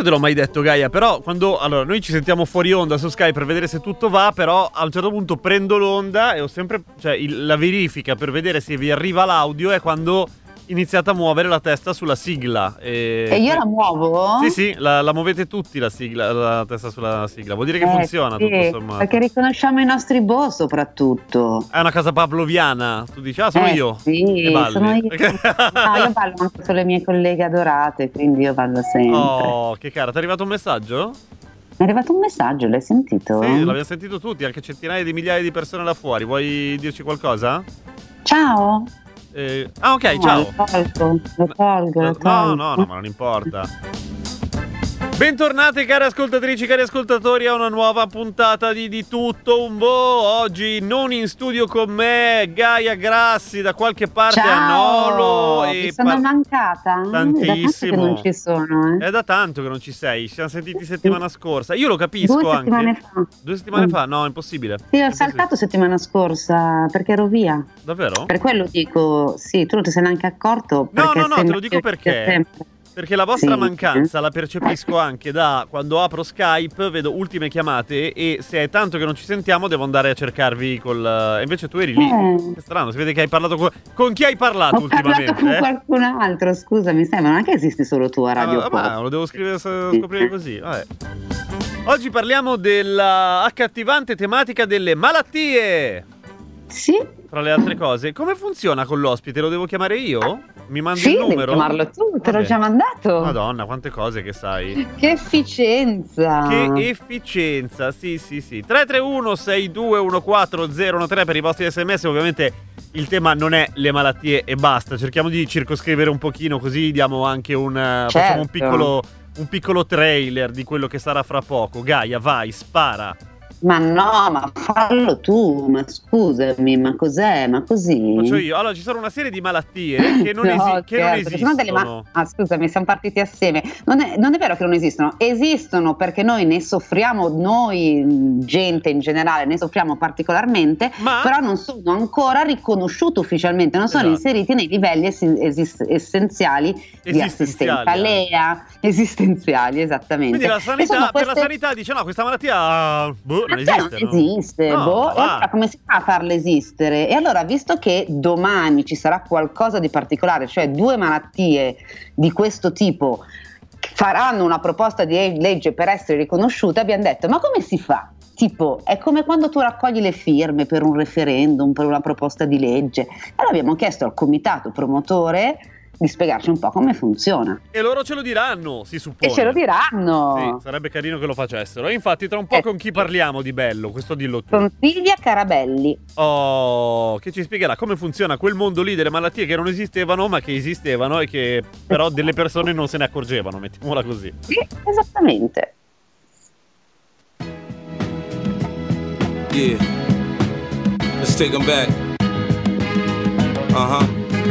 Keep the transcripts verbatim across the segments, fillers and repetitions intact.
te l'ho mai detto, Gaia, però quando allora noi ci sentiamo fuori onda su Skype per vedere se tutto va, però a un certo punto prendo l'onda e ho sempre, cioè il, la verifica per vedere se vi arriva l'audio è quando iniziate a muovere la testa sulla sigla. E, e io la muovo? Sì, sì, la, la muovete tutti la sigla, la testa sulla sigla. Vuol dire che eh, funziona, sì, tutto sommato. Perché riconosciamo i nostri boh, soprattutto. È una casa pavloviana. Tu dici, ah, sono eh, io. Sì, e balli. sono io. No, io ballo anche con le mie colleghe adorate, quindi io ballo sempre. Oh, che cara, ti è arrivato un messaggio? Mi è arrivato un messaggio, l'hai sentito? Sì, l'abbiamo sentito tutti, anche centinaia di migliaia di persone là fuori. Vuoi dirci qualcosa? Ciao. Eh, ah, ok, no, ciao. Lo tolgo, lo tolgo, lo tolgo. No, no, no, ma non importa. Bentornati cari ascoltatrici, cari ascoltatori a una nuova puntata di Di Tutto Un Po'. Oggi non in studio con me Gaia Grassi, da qualche parte Ciao, a Nolo. E e sono par- mancata? Tantissimo. È da tanto che non ci sono, eh. È da tanto che non ci sei, ci siamo sentiti settimana scorsa. Io lo capisco Due anche. settimane fa. Due settimane Mm. fa? No, è impossibile. Sì, ho saltato settimana scorsa perché ero via. Davvero? Per quello dico, sì, tu non ti sei neanche accorto. No, perché no, no, sei te lo dico perché. sempre. Perché la vostra Sì. mancanza la percepisco anche da quando apro Skype, vedo ultime chiamate e se è tanto che non ci sentiamo devo andare a cercarvi col... E invece tu eri lì. Eh. Che strano, si vede che hai parlato con... Con chi hai parlato Ho ultimamente? parlato con eh? qualcun altro, scusami, sai, ma non è che esisti solo tu a Radio Ah, Pop. vabbè, lo devo scrivere, scoprire così. Vabbè. Oggi parliamo della accattivante tematica delle malattie. Sì. Tra le altre cose, come funziona con l'ospite? Lo devo chiamare io? Mi mandi Sì, il devi numero? chiamarlo tu, te l'ho Vabbè. già mandato. Madonna, quante cose che sai. Che efficienza. Che efficienza, sì sì sì. Tre tre uno sei due uno quattro zero uno tre per i vostri sms. Ovviamente il tema non è le malattie e basta. Cerchiamo di circoscrivere un pochino, così diamo anche un Certo. facciamo un piccolo un piccolo trailer di quello che sarà fra poco. Gaia, vai, spara. Ma no, ma fallo tu, ma scusami, ma cos'è? Ma così? Faccio io. Allora, ci sono una serie di malattie che non, No, esi- che non certo, ci sono delle ma- esistono. ah, scusami, siamo partiti assieme. Non è, non è vero che non esistono, esistono perché noi ne soffriamo, noi gente in generale ne soffriamo particolarmente, Ma- però non sono ancora riconosciuti ufficialmente, non sono Esatto. inseriti nei livelli esi- esist- essenziali di Esistenziali, assistenza L E A, esistenziali, esattamente. Quindi la E sanità, sono per la queste- sanità dice no, questa malattia boh, non Ma cioè, esiste. non esiste, No, boh. E va. allora come si fa a farla esistere? E allora, visto che domani ci sarà qualcosa di particolare, cioè due malattie di questo tipo faranno una proposta di legge per essere riconosciute, abbiamo detto, ma come si fa? Tipo, è come quando tu raccogli le firme per un referendum, per una proposta di legge. Allora abbiamo chiesto al comitato promotore di spiegarci un po' come funziona. E loro ce lo diranno, si suppone. E ce lo diranno. Sì, sarebbe carino che lo facessero. E infatti tra un po' Eh, con chi parliamo di bello, questo dillo tu. Con Silvia Carabelli. Oh, che ci spiegherà come funziona quel mondo lì delle malattie che non esistevano, ma che esistevano e che però delle persone non se ne accorgevano, mettiamola così. Sì, esattamente. Yeah, let's take them back. Uh-huh.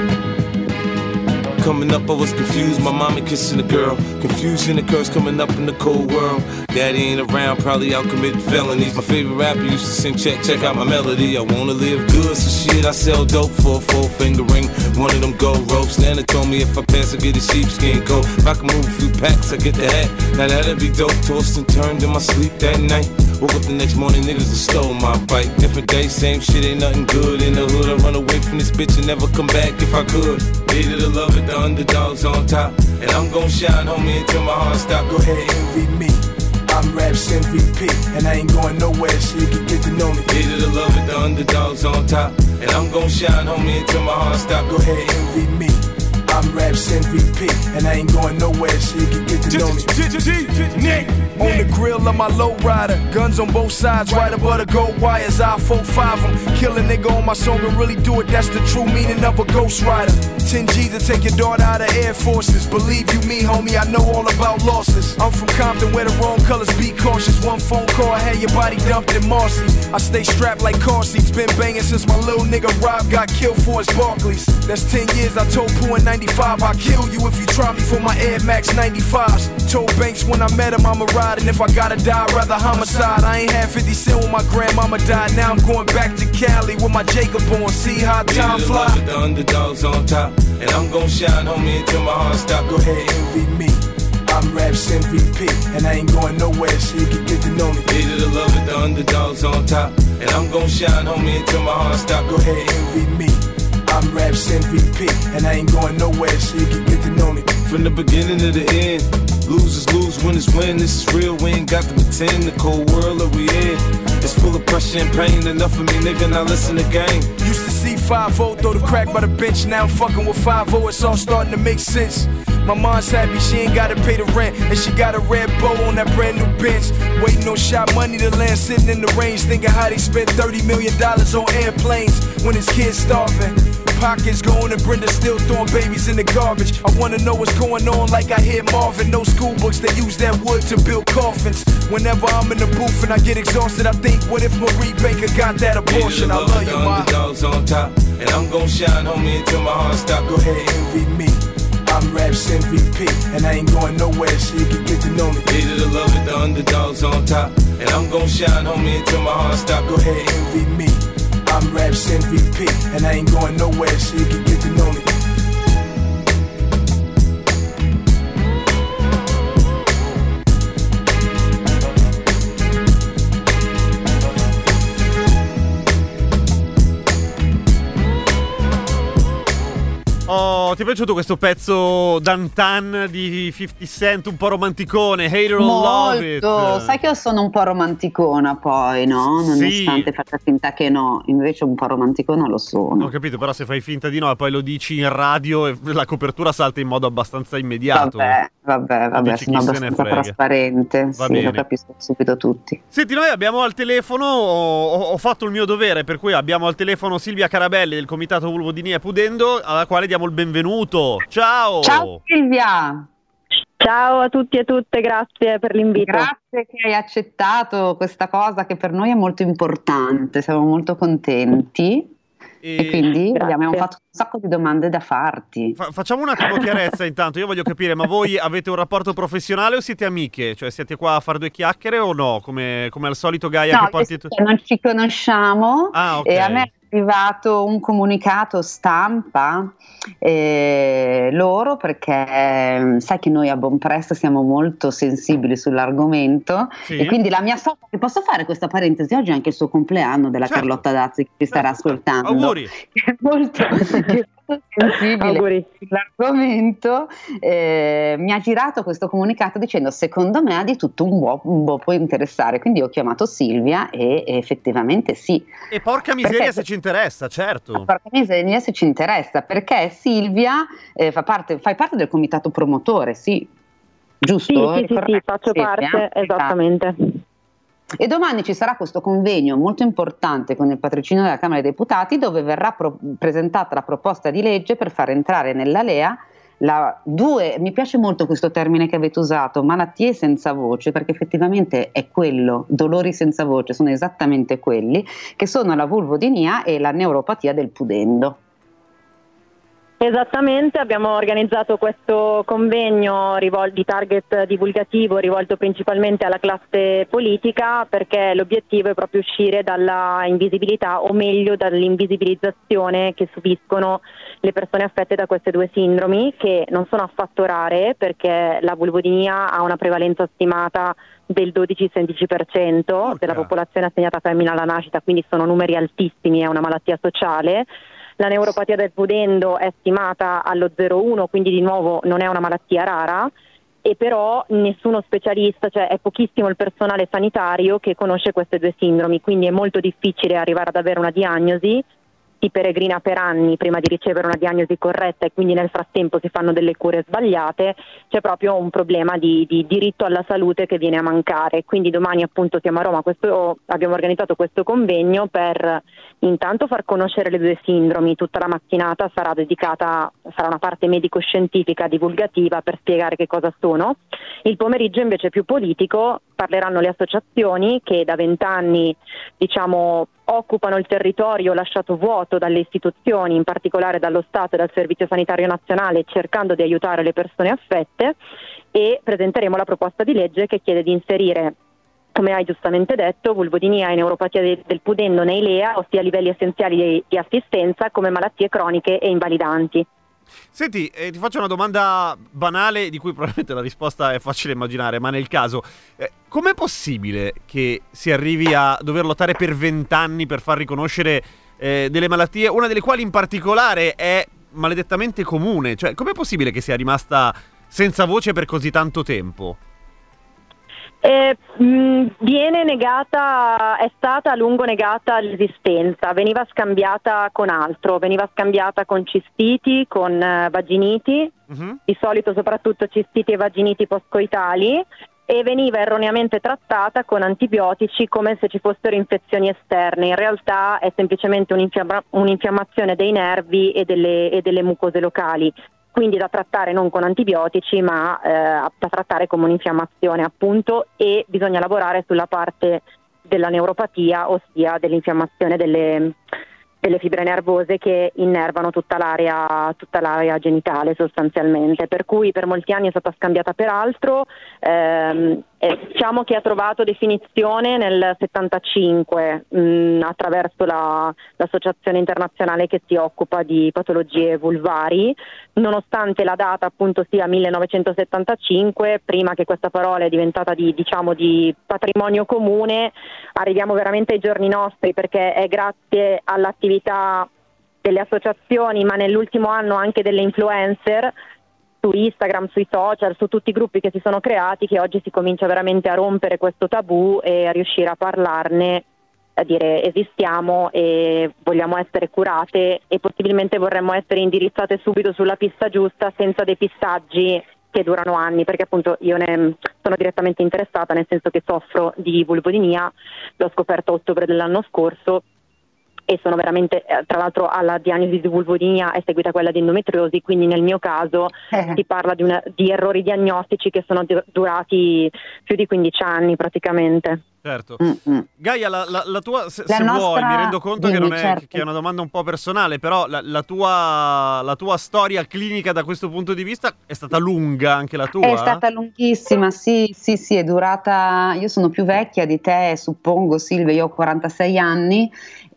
Coming up, I was confused. My mommy kissing a girl. Confusion occurs coming up in the cold world. Daddy ain't around, probably out committing felonies. My favorite rapper used to sing, check, check out my melody. I wanna live good, so shit, I sell dope for a four finger ring. One of them gold ropes. Nana told me if I pass, I get a sheepskin coat. If I can move a few packs, I get the hat. Now that'd be dope. Tossed and turned in my sleep that night. Woke up the next morning, niggas have stole my bike. Different day, same shit, ain't nothing good. In the hood, I run away from this bitch and never come back if I could. Needed to love it, the underdogs on top. And I'm gon' shine, homie, until my heart stop. Go ahead, envy me. I'm Raps M V P, and I ain't going nowhere, so you can get to know me. Needed to love it, the underdogs on top. And I'm gon' shine, homie, until my heart stop. Go ahead, envy me. I'm Raps M V P, and I ain't going nowhere, so you can get to know me. On the grill of my lowrider, guns on both sides, right above the gold wires. I four five them, kill a nigga on my song and really do it. That's the true meaning of a ghost rider. ten G's to take your daughter out of Air Forces. Believe you me, homie, I know all about losses. I'm from Compton where the wrong colors be cautious. One phone call, I had your body dumped in Marcy. I stay strapped like car seats, been banging since my little nigga Rob got killed for his Barclays. That's ten years, I told Pooh in ninety-five, I'll kill you if you try me for my Air Max ninety-fives. Told Banks when I met him I'ma ride, and if I gotta die, I'd rather homicide. I ain't had fifty cent when my grandmama died. Now I'm going back to Cali with my Jacob on. See how time fly. Needed to love it, the underdogs on top. And I'm gon' shine, homie, until my heart stop. Go ahead, envy me. I'm Raps M V P, and I ain't going nowhere, so you can get to know me. Hated to love it, the underdogs on top, and I'm gon' shine, homie, until my heart stop. Go ahead, envy me. I'm Raps M V P, and I ain't going nowhere, so you can get to know me. From the beginning to the end, losers lose, winners win. This is real, we ain't got to pretend. The cold world that we in, it's full of pressure and pain. Enough of me, nigga, now listen to game. Used to see five oh throw the crack by the bench. Now I'm fucking with five oh, it's all starting to make sense. My mom's happy, she ain't gotta pay the rent, and she got a red bow on that brand new Benz. Waiting on shot money to land, sitting in the range, thinking how they spent thirty million dollars on airplanes when his kids starving. Pockets going and Brenda still throwing babies in the garbage. I wanna know what's going on like I hear Marvin. No school books, they use that wood to build coffins. Whenever I'm in the booth and I get exhausted, I think, what if Marie Baker got that abortion? I love you, ma. Underdogs on top, and I'm gon' shine, homie, until my heart stop. Go ahead, envy me. I'm Raps M V P, and I ain't going nowhere, so you can get to know me. Hated to love it, the underdogs on top, and I'm gon' shine, homie, until my heart stop. Go ahead, envy me. I'm Raps M V P, and I ain't going nowhere, so you can get to know me. Oh, ti è piaciuto questo pezzo Dantan di fifty Cent, un po' romanticone, Hater or Love It? Molto, sai che io sono un po' romanticona poi, no? Nonostante Sì. faccia finta che no, invece un po' romanticona lo sono. Ho capito, però se fai finta di no e poi lo dici in radio e la copertura salta in modo abbastanza immediato. Vabbè, vabbè, vabbè, Dici sono chi se ne abbastanza frega. trasparente, Va sì, bene. lo capisco subito tutti. Senti, noi abbiamo al telefono, ho, ho fatto il mio dovere, per cui abbiamo al telefono Silvia Carabelli del Comitato Vulvodinia Pudendo, alla quale diamo il benvenuto. Ciao! Ciao Silvia! Ciao a tutti e tutte, grazie per l'invito. Grazie che hai accettato questa cosa che per noi è molto importante, siamo molto contenti e, E quindi Grazie. abbiamo fatto un sacco di domande da farti. fa- facciamo un attimo chiarezza intanto, io voglio capire, ma voi avete un rapporto professionale o siete amiche? Cioè siete qua a fare due chiacchiere o no? Come, come al solito Gaia No, che porti tu... che non ci conosciamo Ah, ok. e a me è arrivato un comunicato stampa eh, loro perché eh, sai che noi a Bonpress siamo molto sensibili sull'argomento Sì. e quindi la mia socia, che posso fare questa parentesi, oggi è anche il suo compleanno della Certo. Carlotta Dazzi che ci starà Certo. ascoltando, Auguri. che è molto, che è molto sensibile Auguri. sull'argomento, eh, mi ha girato questo comunicato dicendo secondo me ha di tutto un buon, un buon può interessare, quindi ho chiamato Silvia e, e effettivamente sì. E porca miseria Perché- se ci interessa, certo. Porca miseria se ci interessa, perché Silvia eh, fa parte, fai parte del comitato promotore, sì, giusto? Sì, sì, sì, sì, Corretto, faccio Silvia? parte, esattamente. E domani ci sarà questo convegno molto importante con il patrocinio della Camera dei Deputati dove verrà pro- presentata la proposta di legge per far entrare nella L E A la due, mi piace molto questo termine che avete usato, malattie senza voce, perché effettivamente è quello, dolori senza voce sono esattamente quelli, che sono la vulvodinia e la neuropatia del pudendo. Esattamente, abbiamo organizzato questo convegno rivol- di target divulgativo rivolto principalmente alla classe politica perché l'obiettivo è proprio uscire dalla invisibilità o meglio dall'invisibilizzazione che subiscono le persone affette da queste due sindromi che non sono affatto rare perché la vulvodinia ha una prevalenza stimata del dodici sedici per cento Porca. della popolazione assegnata femmina alla nascita, quindi sono numeri altissimi, è una malattia sociale. La neuropatia del pudendo è stimata allo zero virgola uno, quindi di nuovo non è una malattia rara, e però nessuno specialista, cioè è pochissimo il personale sanitario che conosce queste due sindromi, quindi è molto difficile arrivare ad avere una diagnosi. Si peregrina per anni prima di ricevere una diagnosi corretta e quindi nel frattempo si fanno delle cure sbagliate, c'è proprio un problema di, di diritto alla salute che viene a mancare. Quindi domani appunto siamo a Roma, questo, abbiamo organizzato questo convegno per intanto far conoscere le due sindromi, tutta la mattinata sarà dedicata, sarà una parte medico-scientifica divulgativa per spiegare che cosa sono. Il pomeriggio invece più politico parleranno le associazioni che da vent'anni diciamo occupano il territorio lasciato vuoto dalle istituzioni, in particolare dallo Stato e dal Servizio Sanitario Nazionale, cercando di aiutare le persone affette, e presenteremo la proposta di legge che chiede di inserire, come hai giustamente detto, vulvodinia e neuropatia de- del pudendo nei L E A, ossia livelli essenziali di, di assistenza, come malattie croniche e invalidanti. Senti, eh, ti faccio una domanda banale di cui probabilmente la risposta è facile immaginare, ma nel caso, eh, com'è possibile che si arrivi a dover lottare per vent'anni per far riconoscere eh, delle malattie, una delle quali in particolare è maledettamente comune? Cioè, com'è possibile che sia rimasta senza voce per così tanto tempo? Eh, mh, viene negata, è stata a lungo negata l'esistenza, veniva scambiata con altro, veniva scambiata con cistiti, con uh, vaginiti, uh-huh. di solito soprattutto cistiti e vaginiti postcoitali, e veniva erroneamente trattata con antibiotici come se ci fossero infezioni esterne. In realtà è semplicemente un'infiamma- un'infiammazione dei nervi e delle, e delle mucose locali. Quindi da trattare non con antibiotici, ma eh, da trattare come un'infiammazione, appunto, e bisogna lavorare sulla parte della neuropatia, ossia dell'infiammazione delle, delle fibre nervose che innervano tutta l'area, tutta l'area genitale sostanzialmente, per cui per molti anni è stata scambiata per altro. Ehm, e diciamo che ha trovato definizione nel settantacinque mh, attraverso la, l'associazione internazionale che si occupa di patologie vulvari, nonostante la data appunto sia millenovecentosettantacinque, prima che questa parola è diventata di, diciamo, di patrimonio comune, arriviamo veramente ai giorni nostri, perché è grazie all'attività delle associazioni, ma nell'ultimo anno anche delle influencer, su Instagram, sui social, su tutti i gruppi che si sono creati, che oggi si comincia veramente a rompere questo tabù e a riuscire a parlarne, a dire esistiamo e vogliamo essere curate e possibilmente vorremmo essere indirizzate subito sulla pista giusta, senza depistaggi che durano anni, perché appunto io ne sono direttamente interessata, nel senso che soffro di vulvodinia, l'ho scoperto a ottobre dell'anno scorso, e sono veramente, tra l'altro alla diagnosi di vulvodinia è seguita quella di endometriosi, quindi nel mio caso eh. si parla di, una, di errori diagnostici che sono durati più di quindici anni praticamente. Certo. Mm-hmm. Gaia, la, la, la tua, se, la se nostra... vuoi, mi rendo conto Dimmi, che, non è, certo. che è una domanda un po' personale, però la, la, tua, la tua storia clinica da questo punto di vista è stata lunga, anche la tua? È stata lunghissima, sì, sì, sì, è durata, io sono più vecchia di te, suppongo, Silvia, io ho quarantasei anni,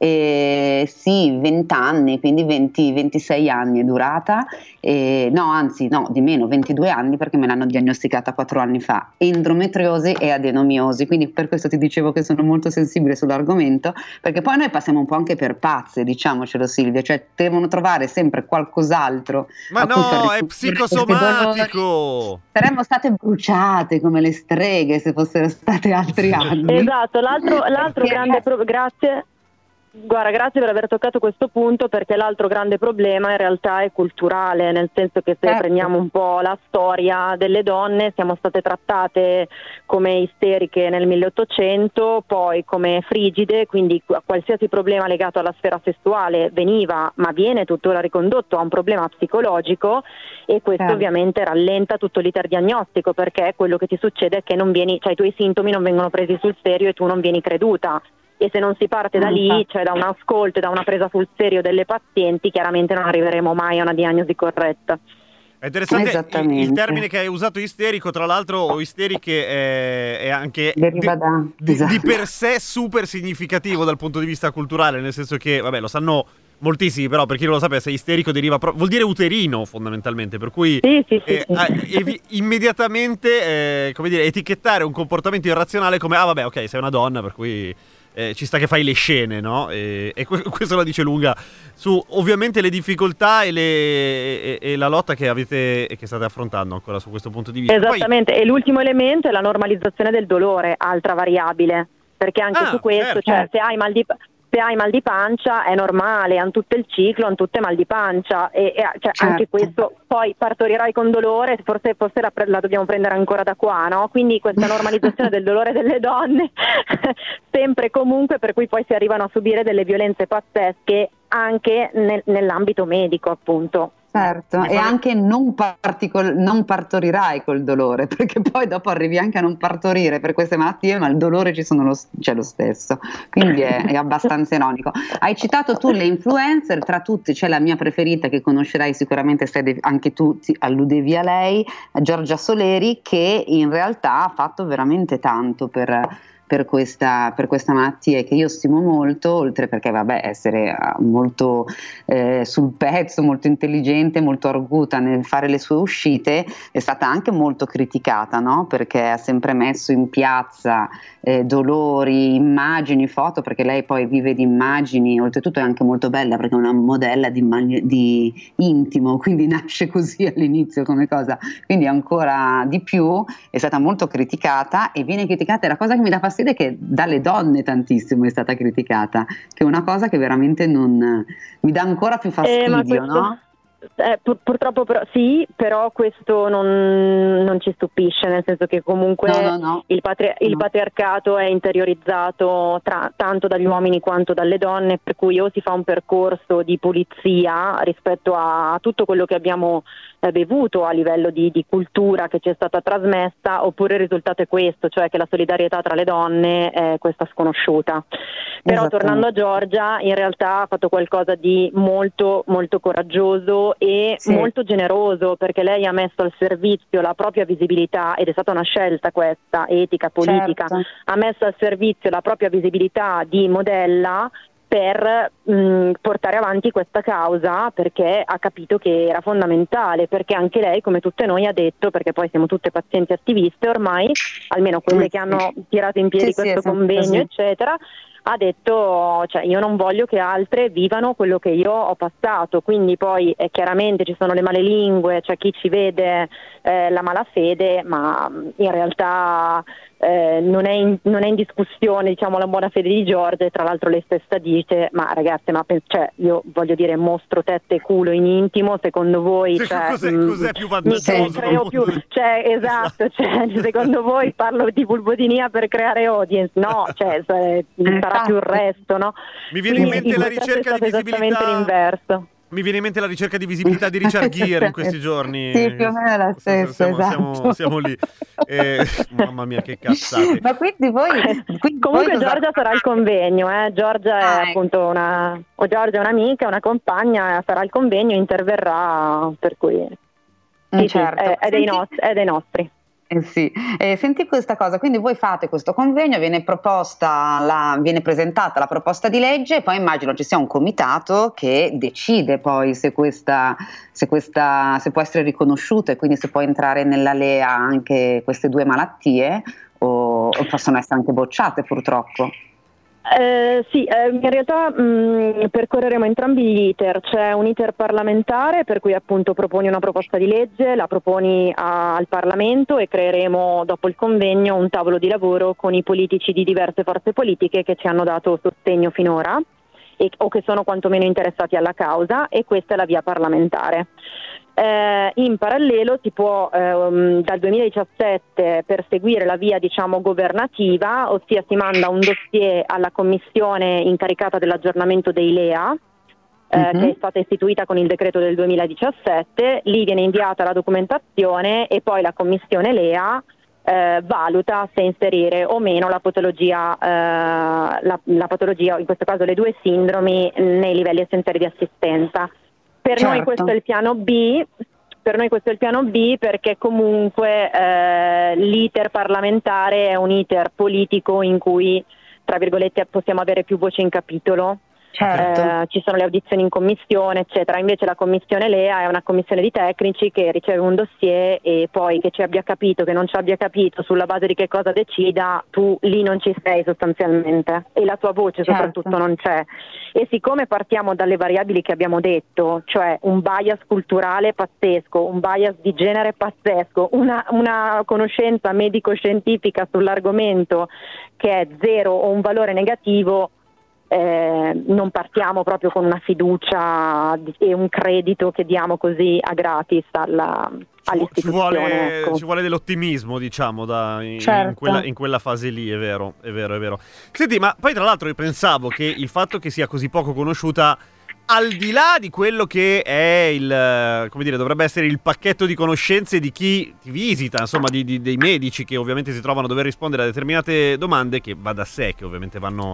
e sì, venti anni, quindi venti ventisei anni è durata, e, no, anzi, no, di meno, ventidue anni, perché me l'hanno diagnosticata quattro anni fa, endometriosi e adenomiosi, quindi per questo ti dicevo che sono molto sensibile sull'argomento, perché poi noi passiamo un po' anche per pazze, diciamocelo Silvia, cioè devono trovare sempre qualcos'altro. Ma no, è psicosomatico! Saremmo state bruciate come le streghe se fossero state altri anni. Esatto, l'altro, l'altro grande pro- grazie. Guarda, grazie per aver toccato questo punto, perché l'altro grande problema in realtà è culturale, nel senso che se certo. prendiamo un po' la storia delle donne, siamo state trattate come isteriche nel milleottocento, poi come frigide, quindi qualsiasi problema legato alla sfera sessuale veniva, ma viene tuttora ricondotto a un problema psicologico, e questo certo. ovviamente rallenta tutto l'iter diagnostico, perché quello che ti succede è che non vieni, cioè i tuoi sintomi non vengono presi sul serio e tu non vieni creduta. E se non si parte da lì, cioè da un ascolto e da una presa sul serio delle pazienti, chiaramente non arriveremo mai a una diagnosi corretta. È interessante il, il termine che hai usato, isterico, tra l'altro, o isteriche è, è anche di, da, di, esatto. di per sé super significativo dal punto di vista culturale, nel senso che, vabbè, lo sanno moltissimi, però per chi non lo sapesse, isterico deriva pro- vuol dire uterino fondamentalmente, per cui sì, sì, sì, eh, sì. evi- immediatamente eh, come dire, etichettare un comportamento irrazionale come ah vabbè, ok, sei una donna, per cui Eh, ci sta che fai le scene, no? E, e questo la dice lunga su ovviamente le difficoltà e, le, e, e la lotta che avete e che state affrontando ancora su questo punto di vista. Esattamente. Poi... e l'ultimo elemento è la normalizzazione del dolore, altra variabile, perché anche ah, su questo, certo. cioè se hai mal di se hai mal di pancia è normale, hanno tutto il ciclo, hanno tutte mal di pancia, e, e cioè, certo. anche questo, poi partorirai con dolore, forse, forse la, la dobbiamo prendere ancora da qua, no? Quindi questa normalizzazione del dolore delle donne sempre e comunque, per cui poi si arrivano a subire delle violenze pazzesche anche nel, nell'ambito medico, appunto. Certo, e anche non, particol- non partorirai col dolore, perché poi dopo arrivi anche a non partorire per queste malattie, ma il dolore ci sono lo, c'è lo stesso, quindi è, è abbastanza ironico. Hai citato tu le influencer, tra tutte c'è la mia preferita che conoscerai sicuramente, stai anche tu ti alludevi a lei, Giorgia Soleri, che in realtà ha fatto veramente tanto per... per questa, per questa malattia, che io stimo molto, oltre perché vabbè essere molto eh, sul pezzo, molto intelligente, molto arguta nel fare le sue uscite, è stata anche molto criticata, no? Perché ha sempre messo in piazza eh, dolori, immagini, foto, perché lei poi vive di immagini, oltretutto è anche molto bella perché è una modella di, di intimo, quindi nasce così all'inizio come cosa, quindi ancora di più è stata molto criticata, e viene criticata, e la cosa che mi dà fastidio è che dalle donne tantissimo è stata criticata, che è una cosa che veramente non mi dà ancora più fastidio, eh, ma questo... no? Eh, pur, purtroppo però, sì, però questo non, non ci stupisce, nel senso che comunque no, no, no. Il, patri- il no. patriarcato è interiorizzato tra, tanto dagli uomini quanto dalle donne, per cui o si fa un percorso di pulizia rispetto a, a tutto quello che abbiamo eh, bevuto a livello di, di cultura che ci è stata trasmessa, oppure il risultato è questo, cioè che la solidarietà tra le donne è questa sconosciuta. Però tornando a Giorgia, in realtà ha fatto qualcosa di molto molto coraggioso e sì. molto generoso, perché lei ha messo al servizio la propria visibilità, ed è stata una scelta questa, etica, politica, certo. ha messo al servizio la propria visibilità di modella per mh, portare avanti questa causa, perché ha capito che era fondamentale, perché anche lei, come tutte noi, ha detto, perché poi siamo tutte pazienti attiviste ormai, almeno quelle sì. che hanno tirato in piedi sì, questo sì, convegno, sì. eccetera, ha detto, cioè, io non voglio che altre vivano quello che io ho passato, quindi poi eh, chiaramente ci sono le malelingue, c'è cioè chi ci vede eh, la malafede, ma in realtà eh, non, è in, non è in discussione, diciamo, la buona fede di Giorgia, e tra l'altro lei stessa dice, ma ragazze, ma cioè, io voglio dire, mostro tette e culo in intimo, secondo voi cioè, cos'è, mh, cos'è più vantaggioso? Creo più, cioè, esatto, cioè, secondo voi parlo di vulvodinia per creare audience? No, cioè, sarà più il resto, no? Mi viene in mente la ricerca di visibilità l'inverso. Mi viene in mente la ricerca di visibilità di Richard Gere in questi giorni. Sì, più o meno la stessa, siamo, esatto. siamo, siamo lì. Eh, mamma mia, che cazzate. Ma quindi voi... Quindi Comunque voi Giorgia sarà al convegno, eh? Giorgia ah, è appunto una... O Giorgia è un'amica, una compagna, sarà al convegno, interverrà, per cui... Sì, certo. sì, è, è, dei nostri, è dei nostri. Eh sì. Eh, senti questa cosa, quindi voi fate questo convegno, viene proposta, la, viene presentata la proposta di legge, e poi immagino ci sia un comitato che decide poi se questa, se questa, se può essere riconosciuta, e quindi se può entrare nella L E A anche queste due malattie, o, o possono essere anche bocciate purtroppo. Eh, sì, eh, in realtà mh, percorreremo entrambi gli iter. C'è un iter parlamentare per cui appunto proponi una proposta di legge, la proponi a, al Parlamento, e creeremo dopo il convegno un tavolo di lavoro con i politici di diverse forze politiche che ci hanno dato sostegno finora e, o che sono quantomeno interessati alla causa, e questa è la via parlamentare. Eh, in parallelo si può ehm, dal duemiladiciassette perseguire la via, diciamo, governativa, ossia si manda un dossier alla commissione incaricata dell'aggiornamento dei L E A, eh, uh-huh. che è stata istituita con il decreto del duemiladiciassette, lì viene inviata la documentazione e poi la commissione L E A eh, valuta se inserire o meno la patologia, eh, la, la patologia, in questo caso le due sindromi, nei livelli essenziali di assistenza. Per certo. noi questo è il piano B, per noi questo è il piano B perché comunque eh, l'iter parlamentare è un iter politico in cui, tra virgolette, possiamo avere più voce in capitolo. Certo. Eh, ci sono le audizioni in commissione, eccetera. Invece la commissione L E A è una commissione di tecnici che riceve un dossier, e poi che ci abbia capito, che non ci abbia capito, sulla base di che cosa decida, tu lì non ci sei sostanzialmente, e la tua voce certo. soprattutto non c'è. E siccome partiamo dalle variabili che abbiamo detto, cioè un bias culturale pazzesco, un bias di genere pazzesco, una, una conoscenza medico-scientifica sull'argomento che è zero o un valore negativo, Eh, non partiamo proprio con una fiducia e un credito che diamo così a gratis alla, all'istituzione. Ci vuole, ecco. ci vuole dell'ottimismo, diciamo, da, in, certo. in, quella, in quella fase lì, è vero, è vero, è vero. Senti, ma poi tra l'altro io pensavo che il fatto che sia così poco conosciuta, al di là di quello che è il, come dire, dovrebbe essere il pacchetto di conoscenze di chi ti visita, insomma, di, di, dei medici che ovviamente si trovano a dover rispondere a determinate domande, che va da sé, che ovviamente vanno...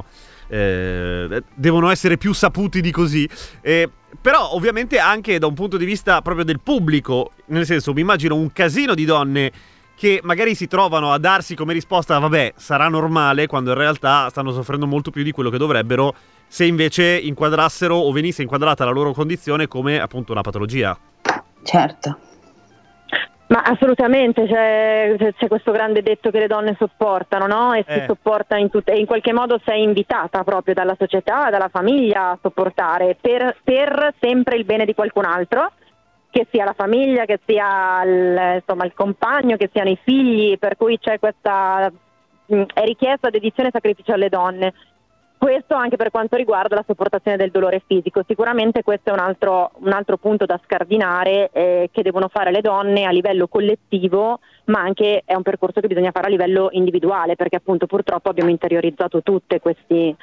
Eh, devono essere più saputi di così, eh, però ovviamente anche da un punto di vista proprio del pubblico, nel senso, mi immagino un casino di donne che magari si trovano a darsi come risposta vabbè, sarà normale, quando in realtà stanno soffrendo molto più di quello che dovrebbero, se invece inquadrassero o venisse inquadrata la loro condizione come appunto una patologia. Certo. Ma assolutamente, c'è, c'è questo grande detto che le donne sopportano, no? E si Eh. sopporta in tutte, e in qualche modo sei invitata proprio dalla società, dalla famiglia a sopportare per, per sempre il bene di qualcun altro, che sia la famiglia, che sia il, insomma, il compagno, che siano i figli, per cui c'è questa, mh, è richiesta dedizione e sacrificio alle donne. Questo anche per quanto riguarda la sopportazione del dolore fisico. Sicuramente questo è un altro, un altro punto da scardinare eh, che devono fare le donne a livello collettivo, ma anche è un percorso che bisogna fare a livello individuale, perché appunto purtroppo abbiamo interiorizzato tutte questi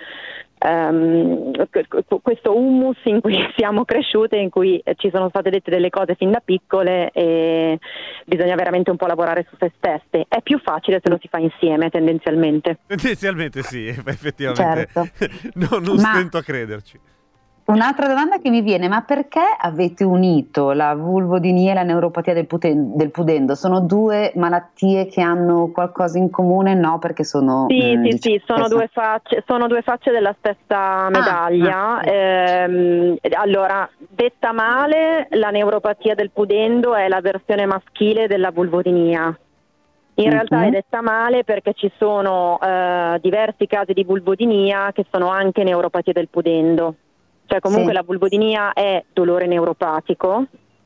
um, questo hummus in cui siamo cresciute, in cui ci sono state dette delle cose fin da piccole e bisogna veramente un po' lavorare su se stesse. È più facile se lo si fa insieme tendenzialmente. Tendenzialmente sì, effettivamente. Certo. no, non Ma- stento a crederci. Un'altra domanda che mi viene, ma perché avete unito la vulvodinia e la neuropatia del, puten- del pudendo? Sono due malattie che hanno qualcosa in comune? No, perché sono... Sì, mm, sì, diciamo, sì, sono due facce, sono due facce della stessa medaglia. ah, sì. Ehm, allora, detta male, la neuropatia del pudendo è la versione maschile della vulvodinia. In Mhm. realtà è detta male perché ci sono eh, diversi casi di vulvodinia che sono anche neuropatia del pudendo. Cioè comunque Sì. la vulvodinia è dolore neuropatico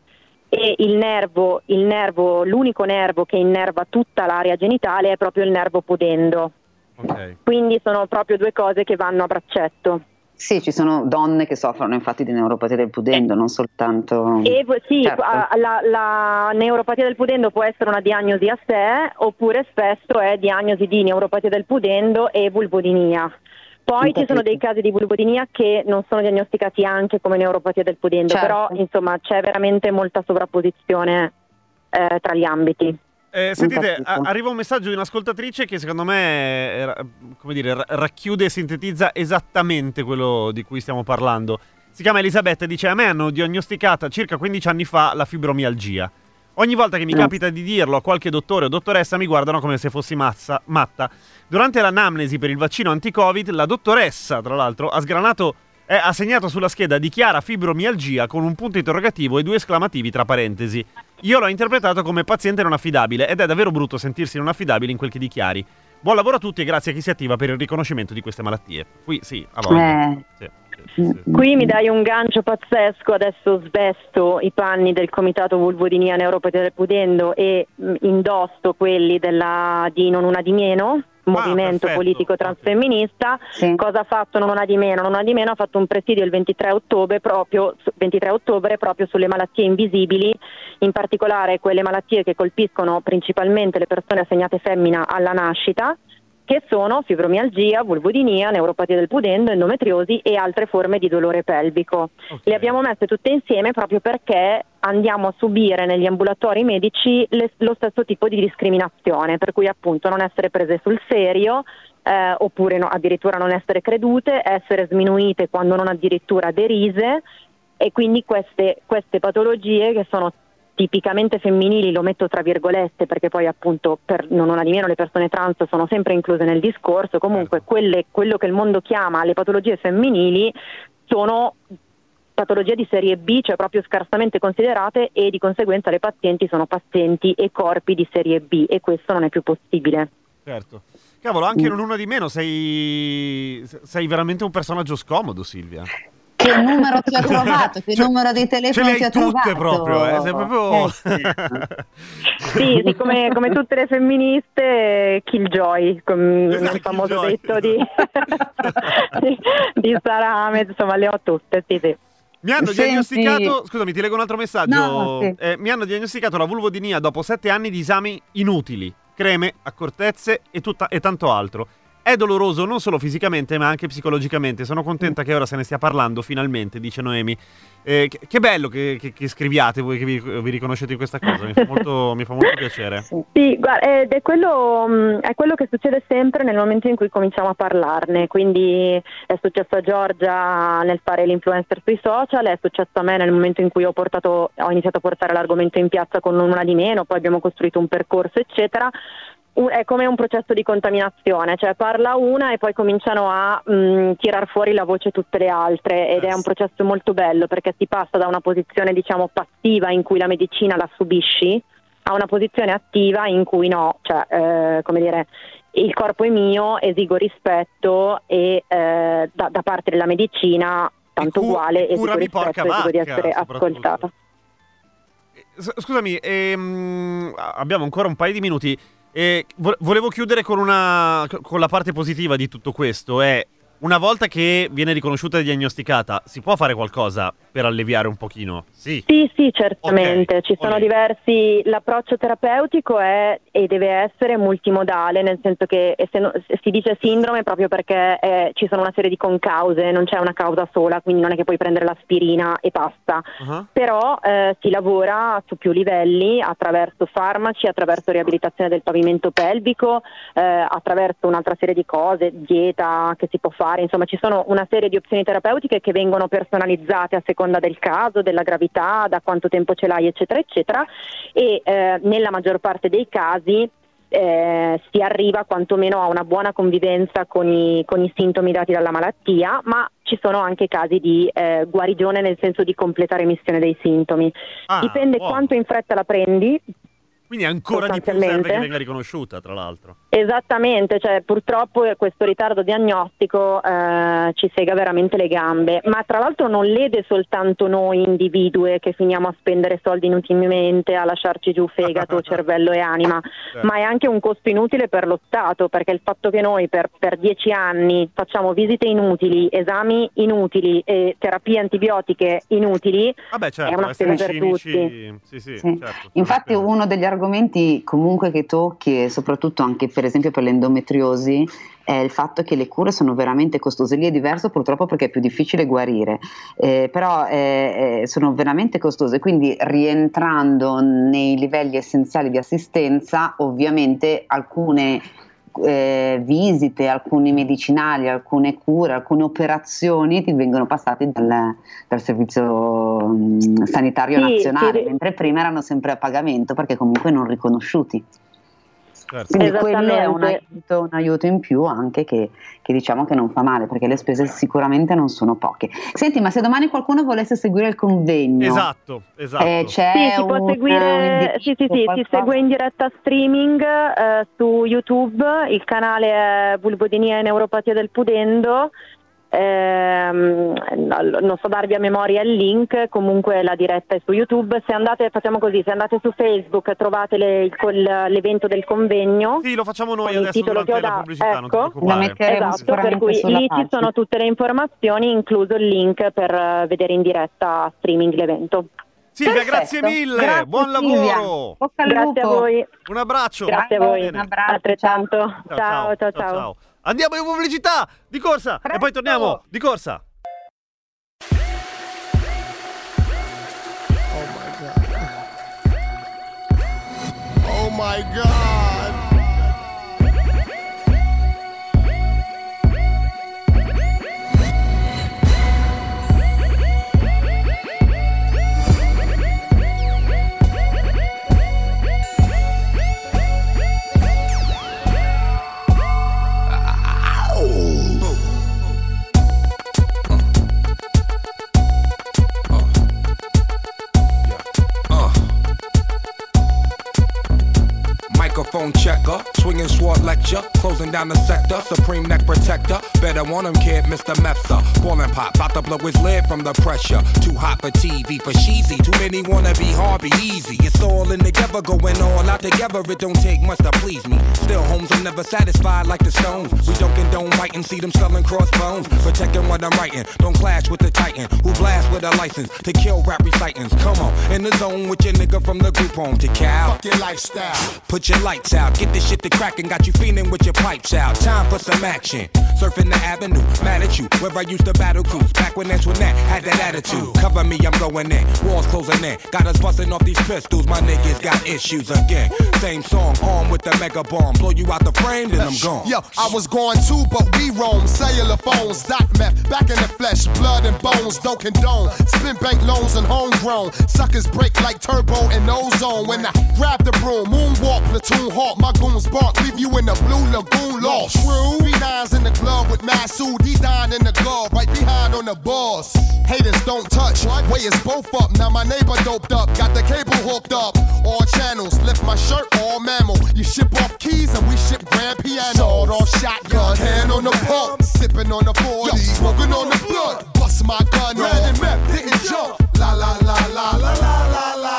e il nervo, il nervo, l'unico nervo che innerva tutta l'area genitale è proprio il nervo pudendo. Ok. Quindi sono proprio due cose che vanno a braccetto. Sì, ci sono donne che soffrono infatti di neuropatia del pudendo, non soltanto... E vo- sì, Certo. a- la, la neuropatia del pudendo può essere una diagnosi a sé, oppure spesso è diagnosi di neuropatia del pudendo e vulvodinia. Poi ci sono dei casi di vulvodinia che non sono diagnosticati anche come neuropatia del pudendo, Certo. però insomma c'è veramente molta sovrapposizione eh, tra gli ambiti. Eh, sentite, capito. a- arriva un messaggio di un'ascoltatrice che secondo me eh, ra- come dire, ra- racchiude e sintetizza esattamente quello di cui stiamo parlando. Si chiama Elisabetta e dice: a me hanno diagnosticata circa quindici anni fa la fibromialgia. Ogni volta che mi Mm. capita di dirlo a qualche dottore o dottoressa mi guardano come se fossi mazza, matta. Durante l'anamnesi per il vaccino anti-Covid, la dottoressa, tra l'altro, ha sgranato eh, ha segnato sulla scheda dichiara fibromialgia con un punto interrogativo e due esclamativi tra parentesi. Io l'ho interpretato come paziente non affidabile ed è davvero brutto sentirsi non affidabili in quel che dichiari. Buon lavoro a tutti e grazie a chi si attiva per il riconoscimento di queste malattie. Qui sì, a voglia. Eh. Sì, sì, sì. Qui mi dai un gancio pazzesco, adesso svesto i panni del Comitato Vulvodinia Neuropatia del Pudendo e mh, indosso quelli della, di Non Una di Meno, movimento perfetto. politico transfemminista. Sì. Cosa ha fatto Non Una di Meno? Non Una di Meno ha fatto un presidio il ventitré ottobre proprio, su- ventitré ottobre proprio sulle malattie invisibili, in particolare quelle malattie che colpiscono principalmente le persone assegnate femmina alla nascita, che sono fibromialgia, vulvodinia, neuropatia del pudendo, endometriosi e altre forme di dolore pelvico. Ok. Le abbiamo messe tutte insieme proprio perché andiamo a subire negli ambulatori medici le- lo stesso tipo di discriminazione, per cui appunto non essere prese sul serio, eh, oppure no, addirittura non essere credute, essere sminuite quando non addirittura derise, e quindi queste, queste patologie che sono tipicamente femminili, lo metto tra virgolette perché poi appunto per non una di meno le persone trans sono sempre incluse nel discorso, comunque Certo. quelle, quello che il mondo chiama le patologie femminili sono patologie di serie B, cioè proprio scarsamente considerate, e di conseguenza le pazienti sono pazienti e corpi di serie B, e questo non è più possibile. Certo. Cavolo, anche non una di meno, sei sei veramente un personaggio scomodo, Silvia. Che numero ti ho trovato? Che Cioè, numero di telefono ce le ti ho hai tutte trovato? proprio, eh, sei proprio... Eh, sì. Sì, sì, come, come tutte le femministe, killjoy, com- Esatto, nel famoso killjoy. detto di, di, di Sara Ahmed, insomma le ho tutte, sì sì. Mi hanno Senti- diagnosticato, scusami, ti leggo un altro messaggio. No, sì. Eh, mi hanno diagnosticato la vulvodinia dopo sette anni di esami inutili, creme, accortezze e, tutta, e tanto altro. è doloroso non solo fisicamente ma anche psicologicamente. Sono contenta che ora se ne stia parlando finalmente, dice Noemi. Eh, che, che bello che, che, che scriviate voi, che vi, vi riconoscete in questa cosa, mi fa molto, mi fa molto piacere. Sì, guarda, ed è quello, è quello che succede sempre nel momento in cui cominciamo a parlarne, quindi è successo a Giorgia nel fare l'influencer sui social, è successo a me nel momento in cui ho, portato, ho iniziato a portare l'argomento in piazza con una di meno, poi abbiamo costruito un percorso eccetera. È come un processo di contaminazione, cioè parla una e poi cominciano a mh, tirar fuori la voce tutte le altre, ed è un processo molto bello perché si passa da una posizione diciamo passiva in cui la medicina la subisci a una posizione attiva in cui no, cioè eh, come dire, il corpo è mio, esigo rispetto e eh, da, da parte della medicina tanto cu- uguale, esigo rispetto, esigo di essere ascoltata. Scusami, ehm, abbiamo ancora un paio di minuti. E volevo chiudere con una con la parte positiva di tutto questo. È una volta che viene riconosciuta e diagnosticata, si può fare qualcosa per alleviare un pochino? Sì, sì, sì, certamente. Okay. Ci sono okay. diversi. L'approccio terapeutico è e deve essere multimodale, nel senso che se no, se si dice sindrome proprio perché eh, ci sono una serie di concause, non c'è una causa sola, quindi non è che puoi prendere l'aspirina e basta. Uh-huh. Però eh, si lavora su più livelli attraverso farmaci, attraverso riabilitazione del pavimento pelvico, eh, attraverso un'altra serie di cose, dieta che si può fare. Insomma, ci sono una serie di opzioni terapeutiche che vengono personalizzate a seconda del caso, della gravità, da quanto tempo ce l'hai, eccetera, eccetera. E eh, nella maggior parte dei casi eh, si arriva quantomeno a una buona convivenza con i, con i sintomi dati dalla malattia, ma ci sono anche casi di eh, guarigione, nel senso di completa remissione dei sintomi. Ah, Dipende wow. quanto in fretta la prendi. Quindi ancora di più serve che venga riconosciuta, tra l'altro. Esattamente, cioè purtroppo questo ritardo diagnostico eh, ci sega veramente le gambe, ma tra l'altro non lede soltanto noi individui che finiamo a spendere soldi inutilmente, a lasciarci giù fegato, cervello e anima, certo. ma è anche un costo inutile per lo Stato, perché il fatto che noi per, per dieci anni facciamo visite inutili, esami inutili e terapie antibiotiche inutili, Vabbè, certo, è una spesa per cinici... tutti. Sì, sì, sì. Certo, Infatti uno degli argomenti comunque che tocchi, e soprattutto anche per esempio per l'endometriosi, è il fatto che le cure sono veramente costose. Lì è diverso purtroppo perché è più difficile guarire, eh, però eh, eh, sono veramente costose, quindi rientrando nei livelli essenziali di assistenza, ovviamente alcune Eh, visite, alcuni medicinali, alcune cure, alcune operazioni ti vengono passate dal, dal servizio mh, sanitario sì, nazionale, sì. mentre prima erano sempre a pagamento perché comunque non riconosciuti. Certo. Quindi quello è un aiuto, un aiuto in più anche che, che diciamo che non fa male, perché le spese sicuramente non sono poche. Senti, ma se domani qualcuno volesse seguire il convegno, esatto, esatto. Eh, c'è sì, si un, può seguire, un sì, sì, sì, si segue in diretta streaming eh, su YouTube, il canale è Vulvodynia e Neuropatia del Pudendo. Eh, non so darvi a memoria il link, comunque la diretta è su YouTube. Se andate, facciamo così, se andate su Facebook trovate le, il, l'evento del convegno. Sì, lo facciamo noi con adesso il titolo durante che ho la da, pubblicità, ecco, non ti preoccupare. Esatto, per cui lì ci sono tutte le informazioni, incluso il link per uh, vedere in diretta streaming l'evento. Silvia, grazie mille, grazie, buon lavoro. Grazie a voi. Un abbraccio. Grazie a voi. Un abbraccio. Altrettanto. Ciao, Ciao, ciao, ciao. ciao. ciao. Andiamo in pubblicità, di corsa, Presto. E poi torniamo, di corsa. Oh my God. Microphone checker, swinging sword lecture, closing down the sector, supreme neck protector. Better want him, kid, Mister Mepsa. Ballin' pop, about to blow his lid from the pressure. Too hot for T V, for cheesy. Too many wanna be hard, be easy. It's all in together, going all out together. It don't take much to please me. Still, homes are never satisfied like the Stones. We don't condone writing, see them selling crossbones. Protecting what I'm writing, don't clash with the titan who blast with a license to kill rap recitants. Come on, in the zone with your nigga from the group home to Cal. Fuck your lifestyle. Put your lights out, get this shit to crackin', got you fiending with your pipes out. Time for some action. Surfing the avenue, mad at you. Where I used to battle cruise, back when Antoinette had that attitude. Cover me, I'm going in. Walls closing in. Got us busting off these pistols. My niggas got issues again. Same song, armed with the mega bomb. Blow you out the frame, then I'm gone. Yo, I was going too, but we roam. Cellular phones, doc meth, back in the flesh, blood and bones, don't condone. Spin bank loans and homegrown. Suckers break like turbo and ozone. When I grab the broom, moonwalk, platoon hawk, my goons bark, leave you in the blue lagoon lost. True, B nines in the glove with Masood, D nine in the glove, right behind on the boss. Haters don't touch, way is both up. Now my neighbor doped up, got the cable hooked up. All channels, lift my shirt, all mammal. You ship off keys and we ship grand piano. Sawed off shotgun, hand on the pump, sipping on the forty, smoking on the blood. Bust my gun, red and meth, didn't jump. La la la la la la la la.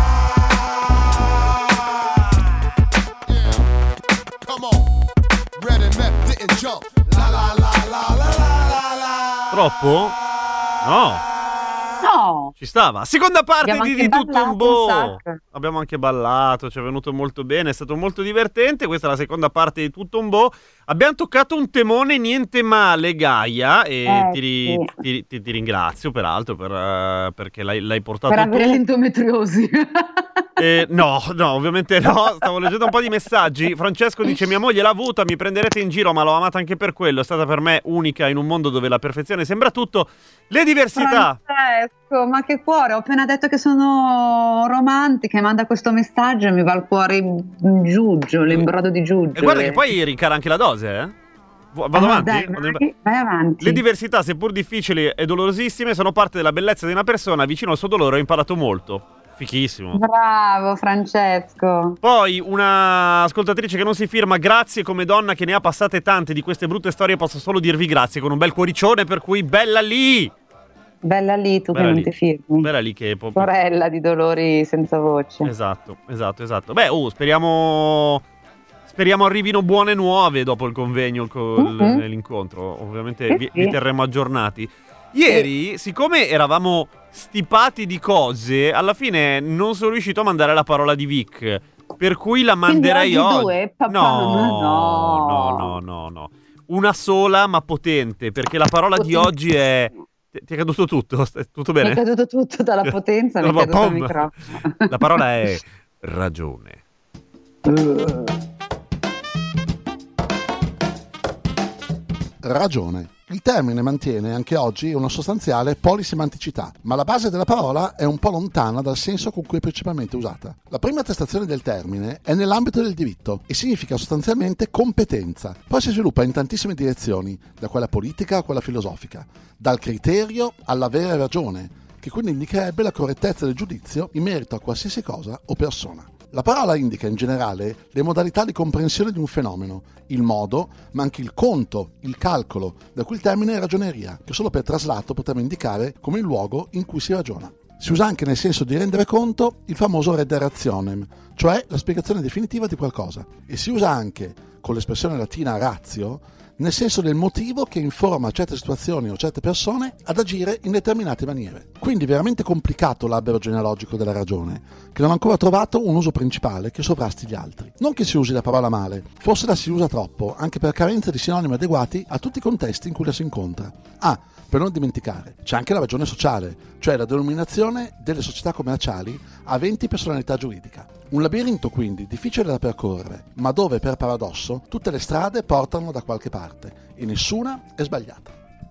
Yeah, come on, red and meth didn't jump. La la la la la la la. Troppo? No. No. Ci stava. Seconda parte Abbiamo di, anche di Tutto ballato un Boh. un sacco. Abbiamo anche ballato, ci è venuto molto bene, è stato molto divertente. Questa è la seconda parte di Tutto un Boh. Abbiamo toccato un temone niente male, Gaia, e Eh, ti, ri- sì. ti- ti- ti ringrazio peraltro per, eh, perché l'hai, l'hai portato Per tu. avere l'endometriosi. Eh, no, no, ovviamente no. Stavo leggendo un po' di messaggi. Francesco dice: mia moglie l'ha avuta, mi prenderete in giro, ma l'ho amata anche per quello. È stata per me unica in un mondo dove la perfezione sembra tutto. Le diversità. Francesco, ma che cuore, ho appena detto che sono romantica e manda questo messaggio e mi va il cuore in giugio, l'imbrado di giugio. E guarda che poi rincara anche la dose, eh. V- Vado Ah, avanti? dai, Vado in- vai, vai avanti. Le diversità, seppur difficili e dolorosissime, sono parte della bellezza di una persona. Vicino al suo dolore ho imparato molto. Fichissimo. Bravo Francesco. Poi una ascoltatrice che non si firma: grazie, come donna che ne ha passate tante di queste brutte storie posso solo dirvi grazie, con un bel cuoricione, per cui bella lì. Bella lì, tu Bella che lì. non ti firmi. Bella lì che è proprio... Sorella di dolori senza voce. Esatto, esatto, esatto. Beh, oh, speriamo speriamo arrivino buone nuove dopo il convegno, il co- il- Mhm. l'incontro. Ovviamente Sì, vi, sì. vi terremo aggiornati. Ieri, siccome eravamo stipati di cose, alla fine non sono riuscito a mandare la parola di Vic, per cui la manderei oggi oggi. due? Papà, no, no. no, no, no, no. Una sola ma potente, perché la parola di oggi è... Ti ti è caduto tutto? Sta- Tutto Mi bene? è caduto tutto dalla potenza, mi è No, caduto il pom. microfono. La parola è ragione. Ragione. Il termine mantiene anche oggi una sostanziale polisemanticità, ma la base della parola è un po' lontana dal senso con cui è principalmente usata. La prima attestazione del termine è nell'ambito del diritto e significa sostanzialmente competenza. Poi si sviluppa in tantissime direzioni, da quella politica a quella filosofica, dal criterio all'avere ragione, che quindi indicherebbe la correttezza del giudizio in merito a qualsiasi cosa o persona. La parola indica in generale le modalità di comprensione di un fenomeno, il modo, ma anche il conto, il calcolo, da cui il termine è ragioneria, che solo per traslato potremmo indicare come il luogo in cui si ragiona. Si usa anche nel senso di rendere conto il famoso redde rationem, cioè la spiegazione definitiva di qualcosa, e si usa anche, con l'espressione latina ratio, nel senso del motivo che informa certe situazioni o certe persone ad agire in determinate maniere. Quindi veramente complicato l'albero genealogico della ragione, che non ha ancora trovato un uso principale che sovrasti gli altri. Non che si usi la parola male, forse la si usa troppo, anche per carenza di sinonimi adeguati a tutti i contesti in cui la si incontra. Ah, per non dimenticare, c'è anche la ragione sociale, cioè la denominazione delle società commerciali aventi personalità giuridica. Un labirinto quindi difficile da percorrere, ma dove per paradosso tutte le strade portano da qualche parte e nessuna è sbagliata.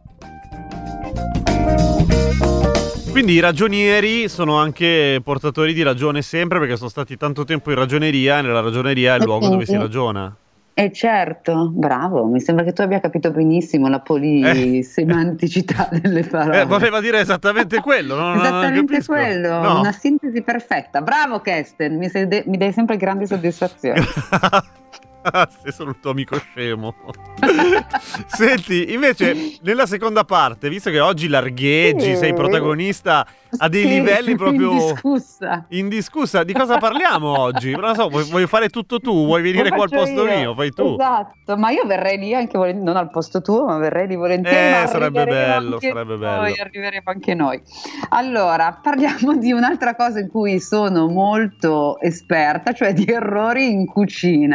Quindi i ragionieri sono anche portatori di ragione sempre, perché sono stati tanto tempo in ragioneria e nella ragioneria è il luogo dove si ragiona. E certo, bravo, mi sembra che tu abbia capito benissimo la polisemanticità delle parole. Eh, voleva dire esattamente quello, no? Non Esattamente capisco. quello, No. una sintesi perfetta. Bravo Kesten, mi, sei de- mi dai sempre grandi soddisfazioni. Sei solo il tuo amico scemo. Senti, invece, nella seconda parte, visto che oggi largheggi, Sì. sei protagonista a dei Sì, livelli proprio indiscussa. indiscussa, di cosa parliamo oggi? Non lo so, vuoi, vuoi fare tutto tu? Vuoi venire Lo qua al faccio posto io. mio? Fai tu. Esatto, ma io verrei lì anche volentieri, non al posto tuo, ma verrei lì volentieri. Eh, ma sarebbe arriveremo bello, anche sarebbe noi, bello. Arriveremo anche noi. Allora, parliamo di un'altra cosa in cui sono molto esperta, cioè di errori in cucina.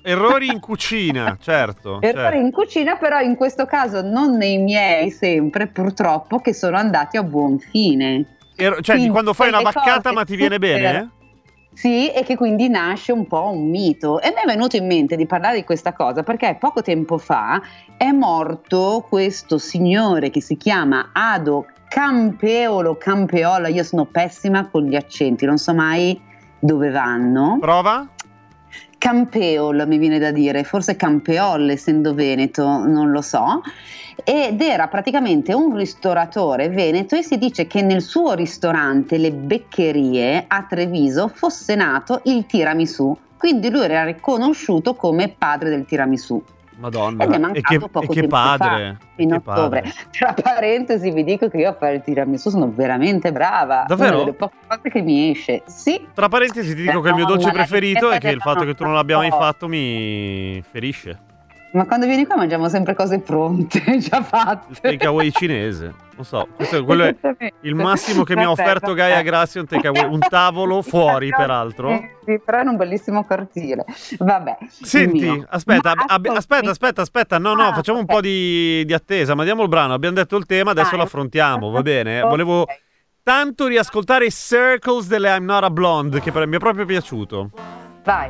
errori in cucina, certo. Errori certo. in cucina, però in questo caso non nei miei sempre, purtroppo, che sono andati a buon fine. Er- cioè, Quindi, quando fai una quelle baccata cose ma ti viene super- bene? Sì, e che quindi nasce un po' un mito. E mi è venuto in mente di parlare di questa cosa perché poco tempo fa è morto questo signore che si chiama Ado Campeolo Campeola. Io sono pessima con gli accenti, non so mai dove vanno. Prova? Campeol mi viene da dire, forse Campeol essendo veneto, non lo so. Ed era praticamente un ristoratore veneto e si dice che nel suo ristorante Le Beccherie a Treviso fosse nato il tiramisù, quindi lui era riconosciuto come padre del tiramisù. Madonna, Ed è e mancato che, poco e che tempo padre, fa, in che ottobre. padre. Tra parentesi vi dico che io a fare il tiramisù sono veramente brava. Davvero? Una delle poche cose che mi esce. Sì. Tra parentesi ti dico Eh, che il mio no, dolce la preferito ricetta è che il della fatto che tu non l'abbia mai nonna. fatto mi ferisce. Ma quando vieni qua mangiamo sempre cose pronte, già fatte. Takeaway cinese, non so, questo è, quello è il massimo che mi ha Vabbè, offerto vabbè. Gaia Grassi, un takeaway, un tavolo fuori peraltro. Sì, però in un bellissimo cortile. Vabbè. il Senti, mio. aspetta, Ma ab- ascolti- aspetta, aspetta, aspetta, no, no, Ah, facciamo un ok. po' di, di attesa, mandiamo il brano, abbiamo detto il tema, adesso Dai. lo affrontiamo, va bene? Ok. Volevo tanto riascoltare i Circles delle I'm Not a Blonde, che per- mi è proprio piaciuto. Vai.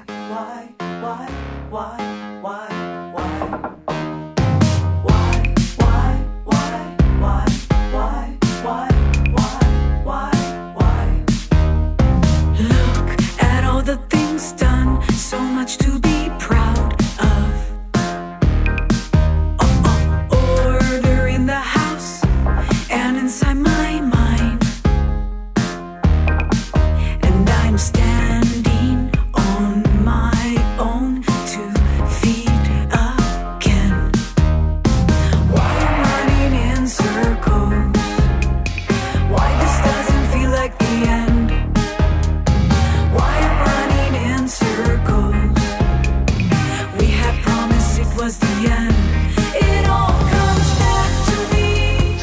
Look at all the things done, so much to be proud of. Oh, oh, order in the house and inside my mind. And I'm standing on my own two feet again. Why I'm running in circles? Why this doesn't feel like the end? Why I'm running in circles? We had promised it was the end. It all comes back to me.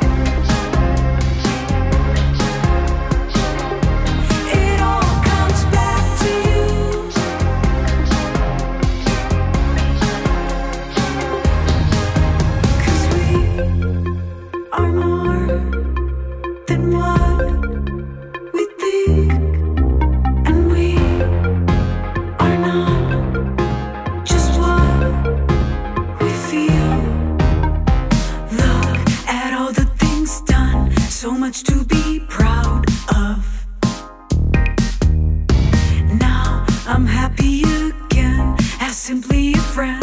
It all comes back to you. 'Cause we are more than what we think. And we are not just what we feel. Look at all the things done, so much to be proud of. Now I'm happy again as simply a friend.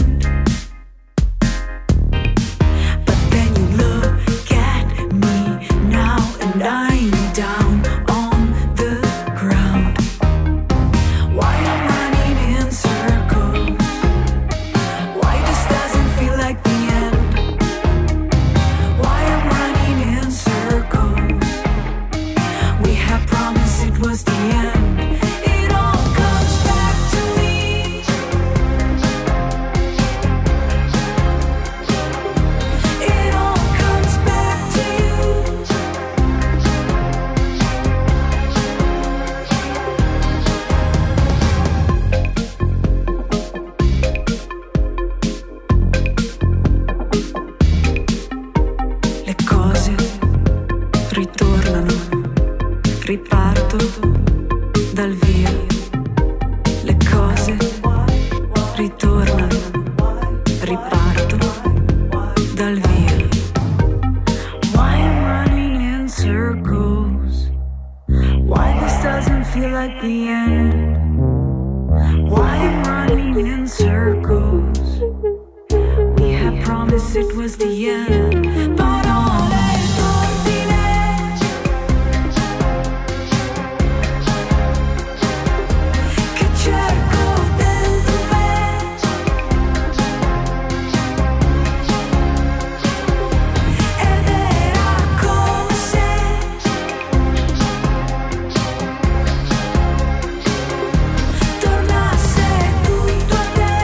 But then you look at me now and I'm down on the ground. Why I'm running in circles? Why this doesn't feel like the end? Why I'm running in circles? We had promised it was the end. It all comes back to me. It all comes back to you. Le cose ritornano, riparto dal via. Le cose ritornano, riparto dal via. Why I'm running in circles? Why this doesn't feel like the end? Why I'm running in circles? We had promised it was the end. Parole d'ordine che cerco dentro me. Ed era come se tornasse tutto a te.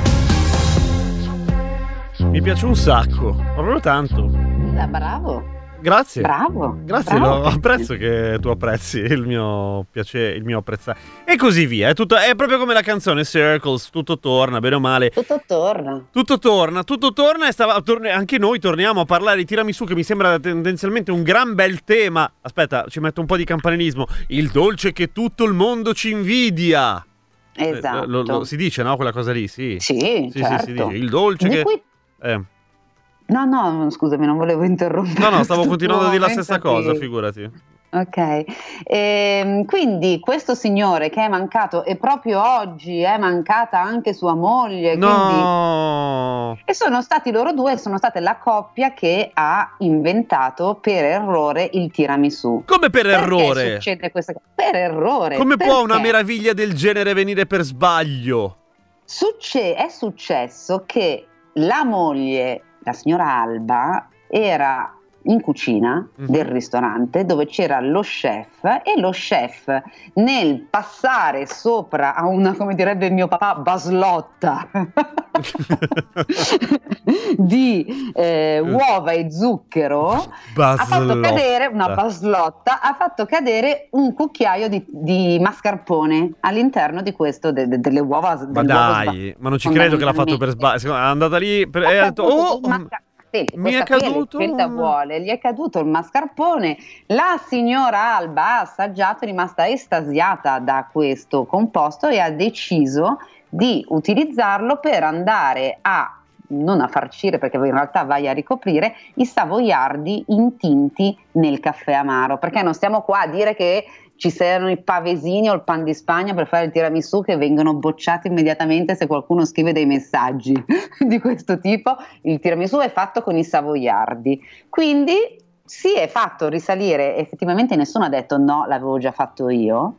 Mi piace un sacco, proprio tanto. Ah, bravo. Grazie. Bravo. Grazie, bravo. lo apprezzo che tu apprezzi il mio piacere, il mio apprezzare. E così via. È, tutto, è proprio come la canzone Circles, tutto torna, bene o male. Tutto torna. Tutto torna, tutto torna e stava, torne, anche noi torniamo a parlare di tiramisù, che mi sembra tendenzialmente un gran bel tema. Aspetta, ci metto un po' di campanilismo. Il dolce che tutto il mondo ci invidia. Esatto. Lo, lo, si dice, no? Quella cosa lì, sì. Sì, sì, certo. sì, si dice. Il dolce Di che... cui... Eh. No, no, scusami, non volevo interrompere. No, no, stavo continuando a dire la stessa Momento cosa, di- figurati. Ok, Ehm, quindi questo signore che è mancato e proprio oggi è mancata anche sua moglie, quindi... No! E sono stati loro due, sono state la coppia che ha inventato per errore il tiramisù. Come per Perché errore? succede questa cosa? Per errore. Come può una Perché meraviglia del genere venire per sbaglio? succe- è successo che la moglie, la signora Alba, era in cucina Mhm. del ristorante dove c'era lo chef e lo chef, nel passare sopra a una, come direbbe mio papà, baslotta di eh, uova e zucchero, ha fatto Baslotta. cadere una baslotta, ha fatto cadere un cucchiaio di, di mascarpone all'interno di questo, de- de- delle uova. Ma dell'uovo dai, ma non ci credo che l'ha fatto per sbaglio. Secondo me È andata lì per, e ha detto, oh, Senti, mi è questa qui caduto leggenda un- vuole, gli è caduto il mascarpone, la signora Alba ha assaggiato, è rimasta estasiata da questo composto e ha deciso di utilizzarlo per andare a, non a farcire perché in realtà vai a ricoprire, i savoiardi intinti nel caffè amaro, perché non stiamo qua a dire che ci siano i pavesini o il pan di Spagna per fare il tiramisù che vengono bocciati immediatamente se qualcuno scrive dei messaggi di questo tipo. Il tiramisù è fatto con i savoiardi, quindi si è fatto risalire, effettivamente nessuno ha detto no, l'avevo già fatto io.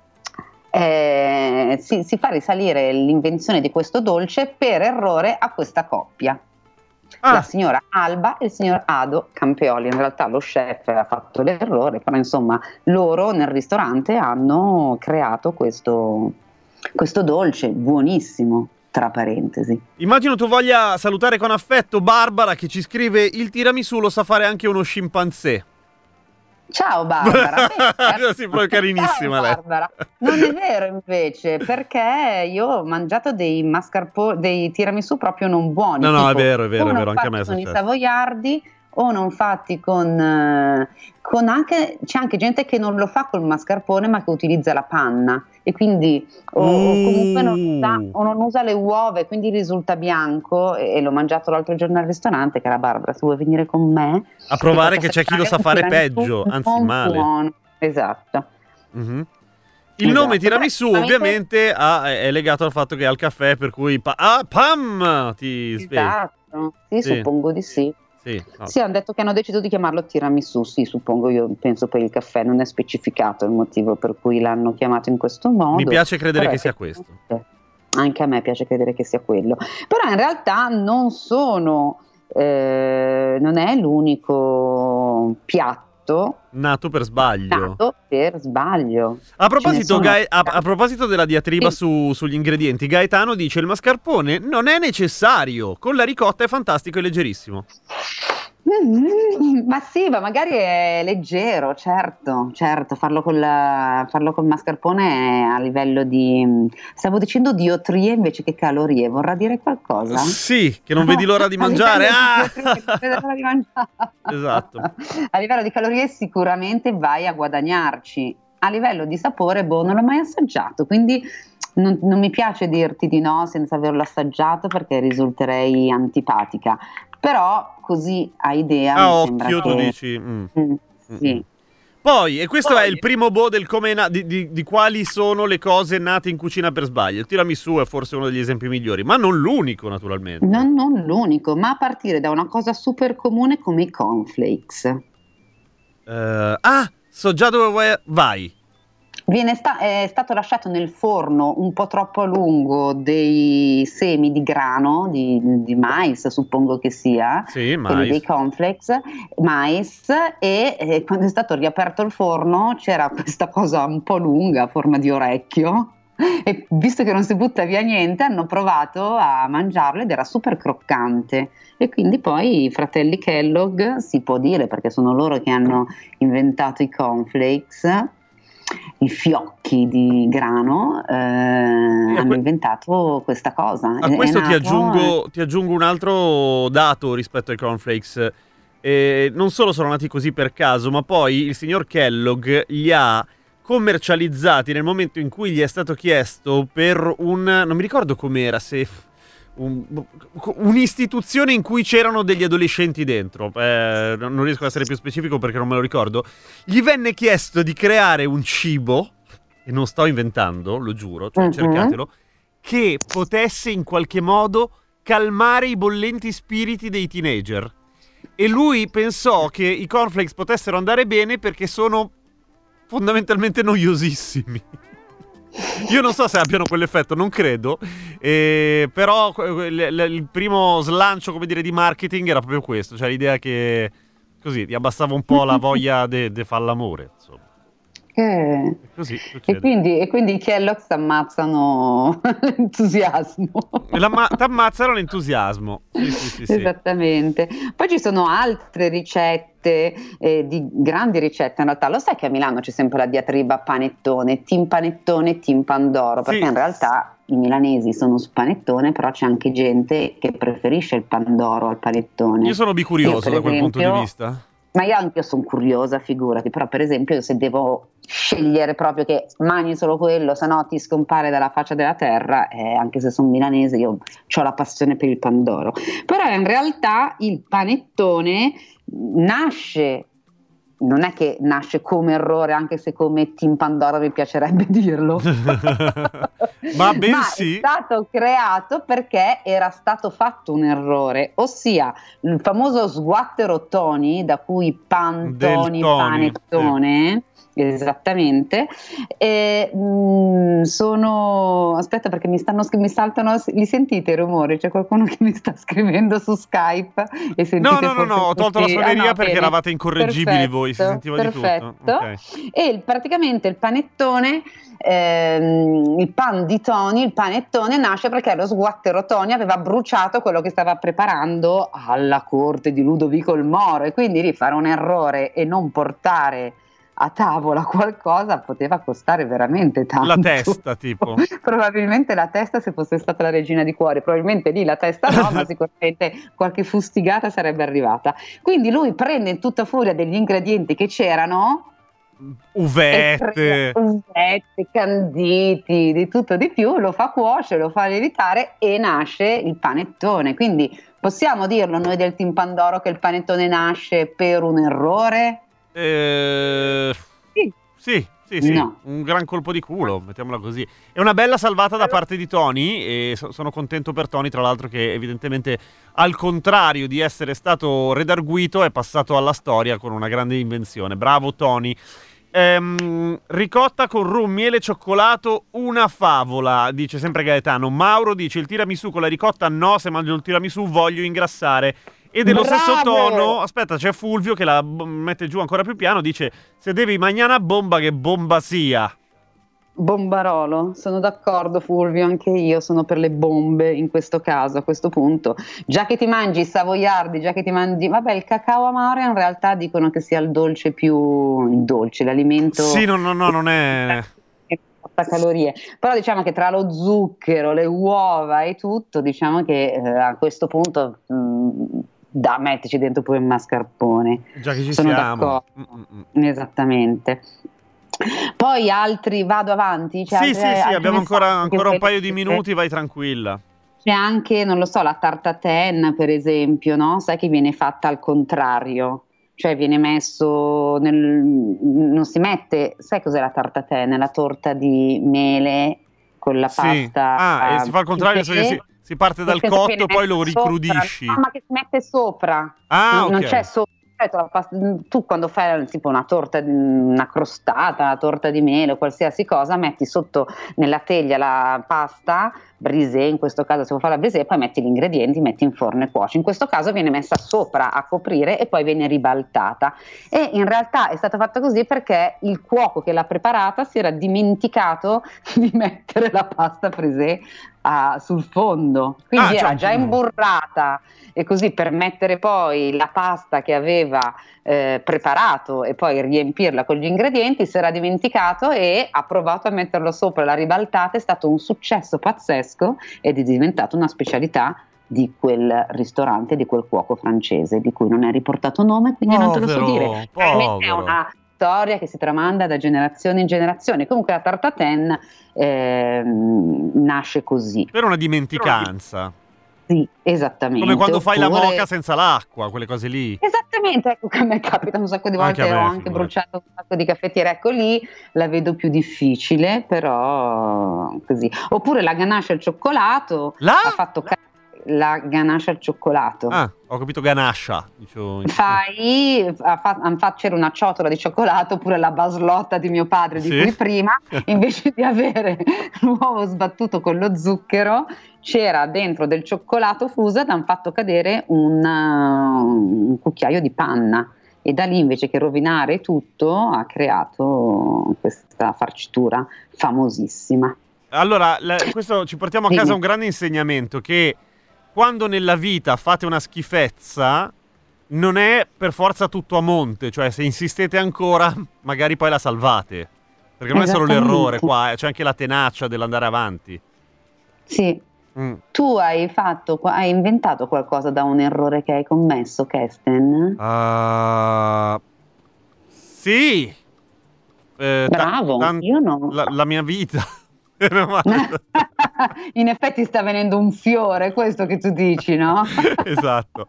Eh, si, si fa risalire l'invenzione di questo dolce per errore a questa coppia. Ah. La signora Alba e il signor Ado Campeoli. In realtà lo chef ha fatto l'errore, però insomma loro nel ristorante hanno creato questo, questo dolce buonissimo, tra parentesi. Immagino tu voglia salutare con affetto Barbara che ci scrive: il tiramisù lo sa fare anche uno scimpanzé. Ciao Barbara. Beh, Sì, proprio carinissima ciao, lei. Barbara. Non è vero invece, perché io ho mangiato dei mascarpone, dei tiramisù proprio non buoni. No, no, tipo, è vero, è vero, o è non vero, anche a me è fatti con i successo. savoiardi o non fatti con, eh, con anche, c'è anche gente che non lo fa col mascarpone ma che utilizza la panna e quindi o, o comunque non usa, o non usa le uova e quindi risulta bianco, e, e l'ho mangiato l'altro giorno al ristorante, cara Barbara, se vuoi venire con me A provare ti che c'è chi lo sa faccio fare assaggiare un peggio, tiramisù anzi non male. buono. Esatto. Mhm. Il Esatto, nome tiramisù però, ovviamente ha- è legato al fatto che è al caffè, per cui pa- ah, pam, ti svegli. Esatto, sì, Sì. suppongo di sì. Sì, no. Sì, hanno detto che hanno deciso di chiamarlo tiramisù, sì, suppongo, io penso per il caffè, non è specificato il motivo per cui l'hanno chiamato in questo modo. Mi piace credere però che sia questo. effettivamente Anche a me piace credere che sia quello. Però in realtà non sono, eh, non è l'unico piatto Nato per sbaglio. nato per sbaglio. A proposito, Ce ne sono Gae- a, a proposito della diatriba Sì. su- sugli ingredienti, Gaetano dice: il mascarpone non è necessario, con la ricotta è fantastico e leggerissimo. Mm, ma sì, ma magari è leggero, certo, certo, farlo col, farlo col mascarpone è a livello di, stavo dicendo diotrie invece che calorie, vorrà dire qualcosa? Sì, che non vedi l'ora di A mangiare. livello Ah! di diotrie, non vedo l'ora di mangiare. Esatto. A livello di calorie sicuramente vai a guadagnarci, a livello di sapore, boh, non l'ho mai assaggiato, quindi non, non mi piace dirti di no senza averlo assaggiato perché risulterei antipatica, però così a idea A mi sembra occhio tu che... dici. mm. Mm, sì. Poi, e questo Poi- è il primo bo del come è na- di, di- di quali sono le cose nate in cucina per sbaglio. Il tiramisù è forse uno degli esempi migliori, ma non l'unico, naturalmente. Non, non l'unico, ma a partire da una cosa super comune come i cornflakes. Eh, ah, so già dove vuoi. Vai. Viene sta- è stato lasciato nel forno un po' troppo a lungo dei semi di grano, di, di mais suppongo che sia, Sì, quelli dei mais. cornflakes, mais, e eh, quando è stato riaperto il forno c'era questa cosa un po' lunga a forma di orecchio E visto che non si butta via niente, hanno provato a mangiarlo ed era super croccante. E quindi poi i fratelli Kellogg, si può dire, perché sono loro che hanno inventato i cornflakes, i fiocchi di grano, eh, hanno que- inventato questa cosa. A È- questo è ti nato- aggiungo, ti aggiungo un altro dato rispetto ai cornflakes. Eh, non solo sono nati così per caso, ma poi il signor Kellogg li ha commercializzati nel momento in cui gli è stato chiesto per un... non mi ricordo com'era, se... un- un'istituzione in cui c'erano degli adolescenti dentro, eh, non non riesco ad essere più specifico perché non me lo ricordo. Gli venne chiesto di creare un cibo, e non sto inventando, lo giuro, cioè Mhm. cercatelo, che potesse in qualche modo calmare i bollenti spiriti dei teenager. E lui pensò che i cornflakes potessero andare bene perché sono fondamentalmente noiosissimi. Io non so se abbiano quell'effetto, non credo, eh, però que- l- l- il primo slancio, come dire, di marketing era proprio questo, cioè l'idea che così ti abbassava un po' la voglia di fare l'amore, insomma. Eh, Così E succede. quindi, e quindi i Kellogg's ammazzano l'entusiasmo. E l'amma- t'ammazzano l'entusiasmo. Sì, sì, sì, sì. Esattamente. Poi ci sono altre ricette, eh, di grandi ricette in realtà. Lo sai che a Milano c'è sempre la diatriba panettone, team panettone e team pandoro, perché Sì. in realtà i milanesi sono su panettone, però c'è anche gente che preferisce il pandoro al panettone. Io sono Io, bicurioso per da quel punto di esempio, vista. Ma io anche sono curiosa, figurati, però per esempio se devo scegliere proprio che mangi solo quello, se no ti scompare dalla faccia della terra, eh, anche se sono milanese io ho la passione per il pandoro. Però in realtà il panettone nasce, non è che nasce come errore, anche se come team Pandoro mi piacerebbe dirlo. Ma bensì Ma è stato creato perché era stato fatto un errore, ossia il famoso sguattero Tony, da cui pan, Del Tony, Tony, panettone, esattamente. E, mh, sono aspetta, perché mi stanno mi saltano, li sentite i rumori? C'è qualcuno che mi sta scrivendo su Skype e sentite No, no, no, forse no, ho tolto la tutti- suoneria ah, no, perché bene. eravate incorreggibili voi, si Perfetto, sentiva di tutto. perfetto. Ok. E il- praticamente il panettone, ehm, il pan di Tony, il panettone nasce perché lo sguattero Tony aveva bruciato quello che stava preparando alla corte di Ludovico il Moro, e quindi lì fare un errore e non portare a tavola qualcosa poteva costare veramente tanto. La testa, tipo. Probabilmente la testa, se fosse stata la regina di cuori, probabilmente lì la testa no, ma sicuramente qualche fustigata sarebbe arrivata. Quindi lui prende in tutta furia degli ingredienti che c'erano, Uvette. uvette, canditi, di tutto di più, lo fa cuocere, lo fa lievitare e nasce il panettone. Quindi possiamo dirlo noi del team Pandoro che il panettone nasce per un errore? Eh, Sì. sì, sì, sì. No. Un gran colpo di culo, mettiamola così. È una bella salvata da parte di Tony e so- sono contento per Tony, tra l'altro, che evidentemente al contrario di essere stato redarguito è passato alla storia con una grande invenzione. Bravo Tony. Ehm, ricotta con rum, miele, cioccolato, una favola, dice sempre Gaetano. Mauro dice il tiramisù con la ricotta no, se mangio il tiramisù voglio ingrassare. E dello Bravo! stesso tono, aspetta, c'è Fulvio che la b- mette giù ancora più piano, dice se devi mangiare una bomba, che bomba sia. Bombarolo, sono d'accordo Fulvio, anche io sono per le bombe in questo caso, a questo punto. Già che ti mangi i savoiardi, già che ti mangi... Vabbè, il cacao amaro in realtà dicono che sia il dolce più... il dolce, l'alimento... Sì, no, no, no, non è... che porta calorie. Però diciamo che tra lo zucchero, le uova e tutto, diciamo che eh, a questo punto... Mh, da metterci dentro pure il mascarpone. Già che ci Sono siamo. d'accordo. Mm-mm. Esattamente. Poi altri, vado avanti. C'è Sì, altre- sì, sì, altri abbiamo ancora, messaggi che ancora un volete paio di dire? minuti, vai tranquilla. C'è anche, non lo so, la tartaten, per esempio, no? Sai che viene fatta al contrario, cioè viene messo nel, non si mette, sai cos'è la tartaten? La torta di mele con la Sì. pasta. Ah, e si fa al contrario, che- nel senso che si, si parte dal nel senso che cotto e viene poi lo messo sopra. ricrudisci. No, ma che si mette sopra. Ah, non, non ok. c'è sopra. La pasta- tu quando fai tipo una torta, di- una crostata, una torta di mele o qualsiasi cosa, metti sotto nella teglia la pasta, brisée, in questo caso si può fare la brisée, poi metti gli ingredienti, metti in forno e cuoci. In questo caso viene messa sopra a coprire e poi viene ribaltata, e in realtà è stato fatto così perché il cuoco che l'ha preparata si era dimenticato di mettere la pasta brisée uh, sul fondo, quindi Ah, era cioè- già imburrata, e così per mettere poi la pasta che aveva eh, preparato e poi riempirla con gli ingredienti si era dimenticato e ha provato a metterlo sopra, l'ha ribaltata, è stato un successo pazzesco ed è diventato una specialità di quel ristorante, di quel cuoco francese di cui non è riportato nome, quindi non te lo so Povero, dire. Probabilmente è povero. una storia che si tramanda da generazione in generazione. Comunque la tarte tatin ehm, nasce così. Per una dimenticanza. Sì, esattamente. Come quando fai la Oppure- moka senza l'acqua, quelle cose lì. Esattamente, ecco che a me capita un sacco di Anche volte, a me, ho anche figurati. bruciato un sacco di caffettiere, ecco lì la vedo più difficile, però così. Oppure la ganache al cioccolato, La? ha fatto ca- la ganache al cioccolato. Ah, ho capito ganascia. Dicevo. Fai, ha fa- han fatto- c'era una ciotola di cioccolato, oppure la baslotta di mio padre di Sì. cui prima, invece di avere l'uovo sbattuto con lo zucchero, c'era dentro del cioccolato fuso ed hanno fatto cadere un, uh, un cucchiaio di panna, e da lì invece che rovinare tutto ha creato questa farcitura famosissima. Allora, la- questo ci portiamo a Dimmi. casa un grande insegnamento, che quando nella vita fate una schifezza non è per forza tutto a monte, cioè se insistete ancora magari poi la salvate, perché non è solo Esattamente. l'errore qua, eh, c'è anche la tenacia dell'andare avanti. Sì. Mm. Tu hai fatto, hai inventato qualcosa da un errore che hai commesso, Kesten? Ah, sì. Eh, ta- Bravo, tan- io no. La, la mia vita. Meno male. In effetti sta venendo un fiore, questo che tu dici, no? Esatto.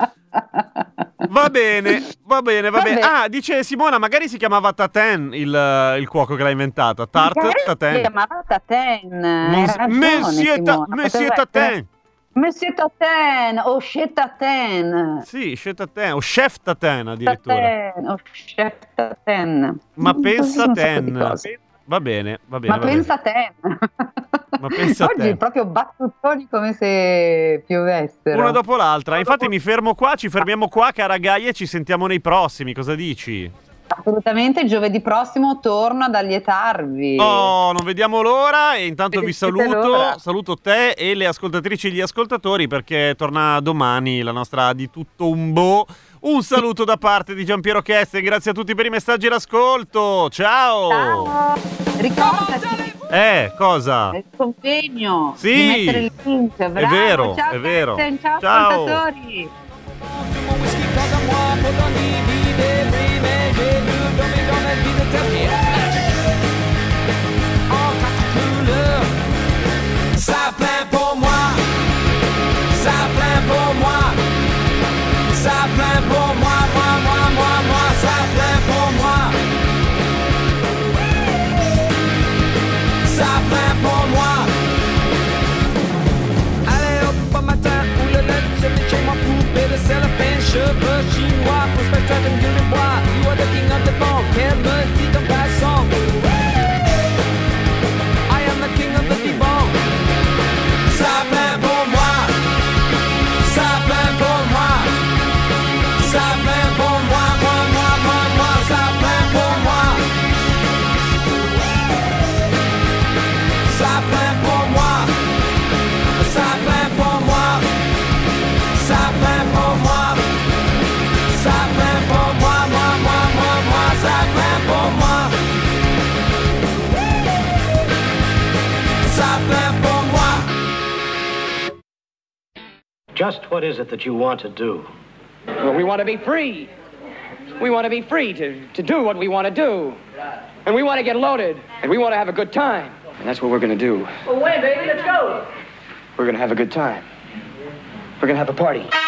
Va bene, va bene, va bene. Vabbè. Ah, dice Simona, magari si chiamava Tatin il, il cuoco che l'ha inventata. Tarte Magari si Tatin. chiamava Tatin, hai Mons- ragione, Monsieur, Ta- Simona, Monsieur poteva essere- Tatin. Monsieur Tatin, o Chef Tatin. Sì, Chef Tatin, o Chef Tatin addirittura. Tatin, o Chef Tatin. Ma pensa Un sacco di Ten. cose. Va bene, va bene. Ma va bene. pensa a te. Ma pensa a Oggi te. proprio battuttoni come se piovessero. Una dopo l'altra. Infatti mi fermo qua, ci fermiamo qua, cara Gaia, e ci sentiamo nei prossimi. Cosa dici? Assolutamente, giovedì prossimo torno ad allietarvi. Oh, non vediamo l'ora, e intanto vi Vedete saluto, l'ora. saluto te e le ascoltatrici e gli ascoltatori, perché torna domani la nostra Di Tutto Un Boh. Un saluto da parte di Giampiero Kesten, grazie a tutti per i messaggi e l'ascolto, ciao! Ciao. Ricordati Eh, cosa? del convegno, Sì. di mettere il link. Bravo, vero, ciao è vero. Kesten, ciao, Ciao. ascoltatori. Ça plaint pour moi, ça plaint pour moi, ça plaint pour moi, moi, moi, moi, moi, ça plaint pour moi, ça plaint pour moi. Allez hop, un matin où le lait, je vais chez moi poupée de cellophane, cheveux chinois, prospect dragon, gueule de bois, you are the king of the ball, qu'elle me dit comme passant. I am the king of the people. Ça plaint pour moi, ça plaint pour moi, ça plaint pour moi, moi, moi, moi, moi, ça plaint pour moi, ça plaint pour moi, ça plaint pour moi, ça plaint pour moi, ça plaint pour moi, moi, moi, moi, moi, ça plaint pour moi, ça plaint pour moi. Just what is it that you want to do? Well, we want to be free. We want to be free to, to do what we want to do. And we want to get loaded. And we want to have a good time. And that's what we're going to do. Well, wait, baby, let's go. We're going to have a good time. We're going to have a party.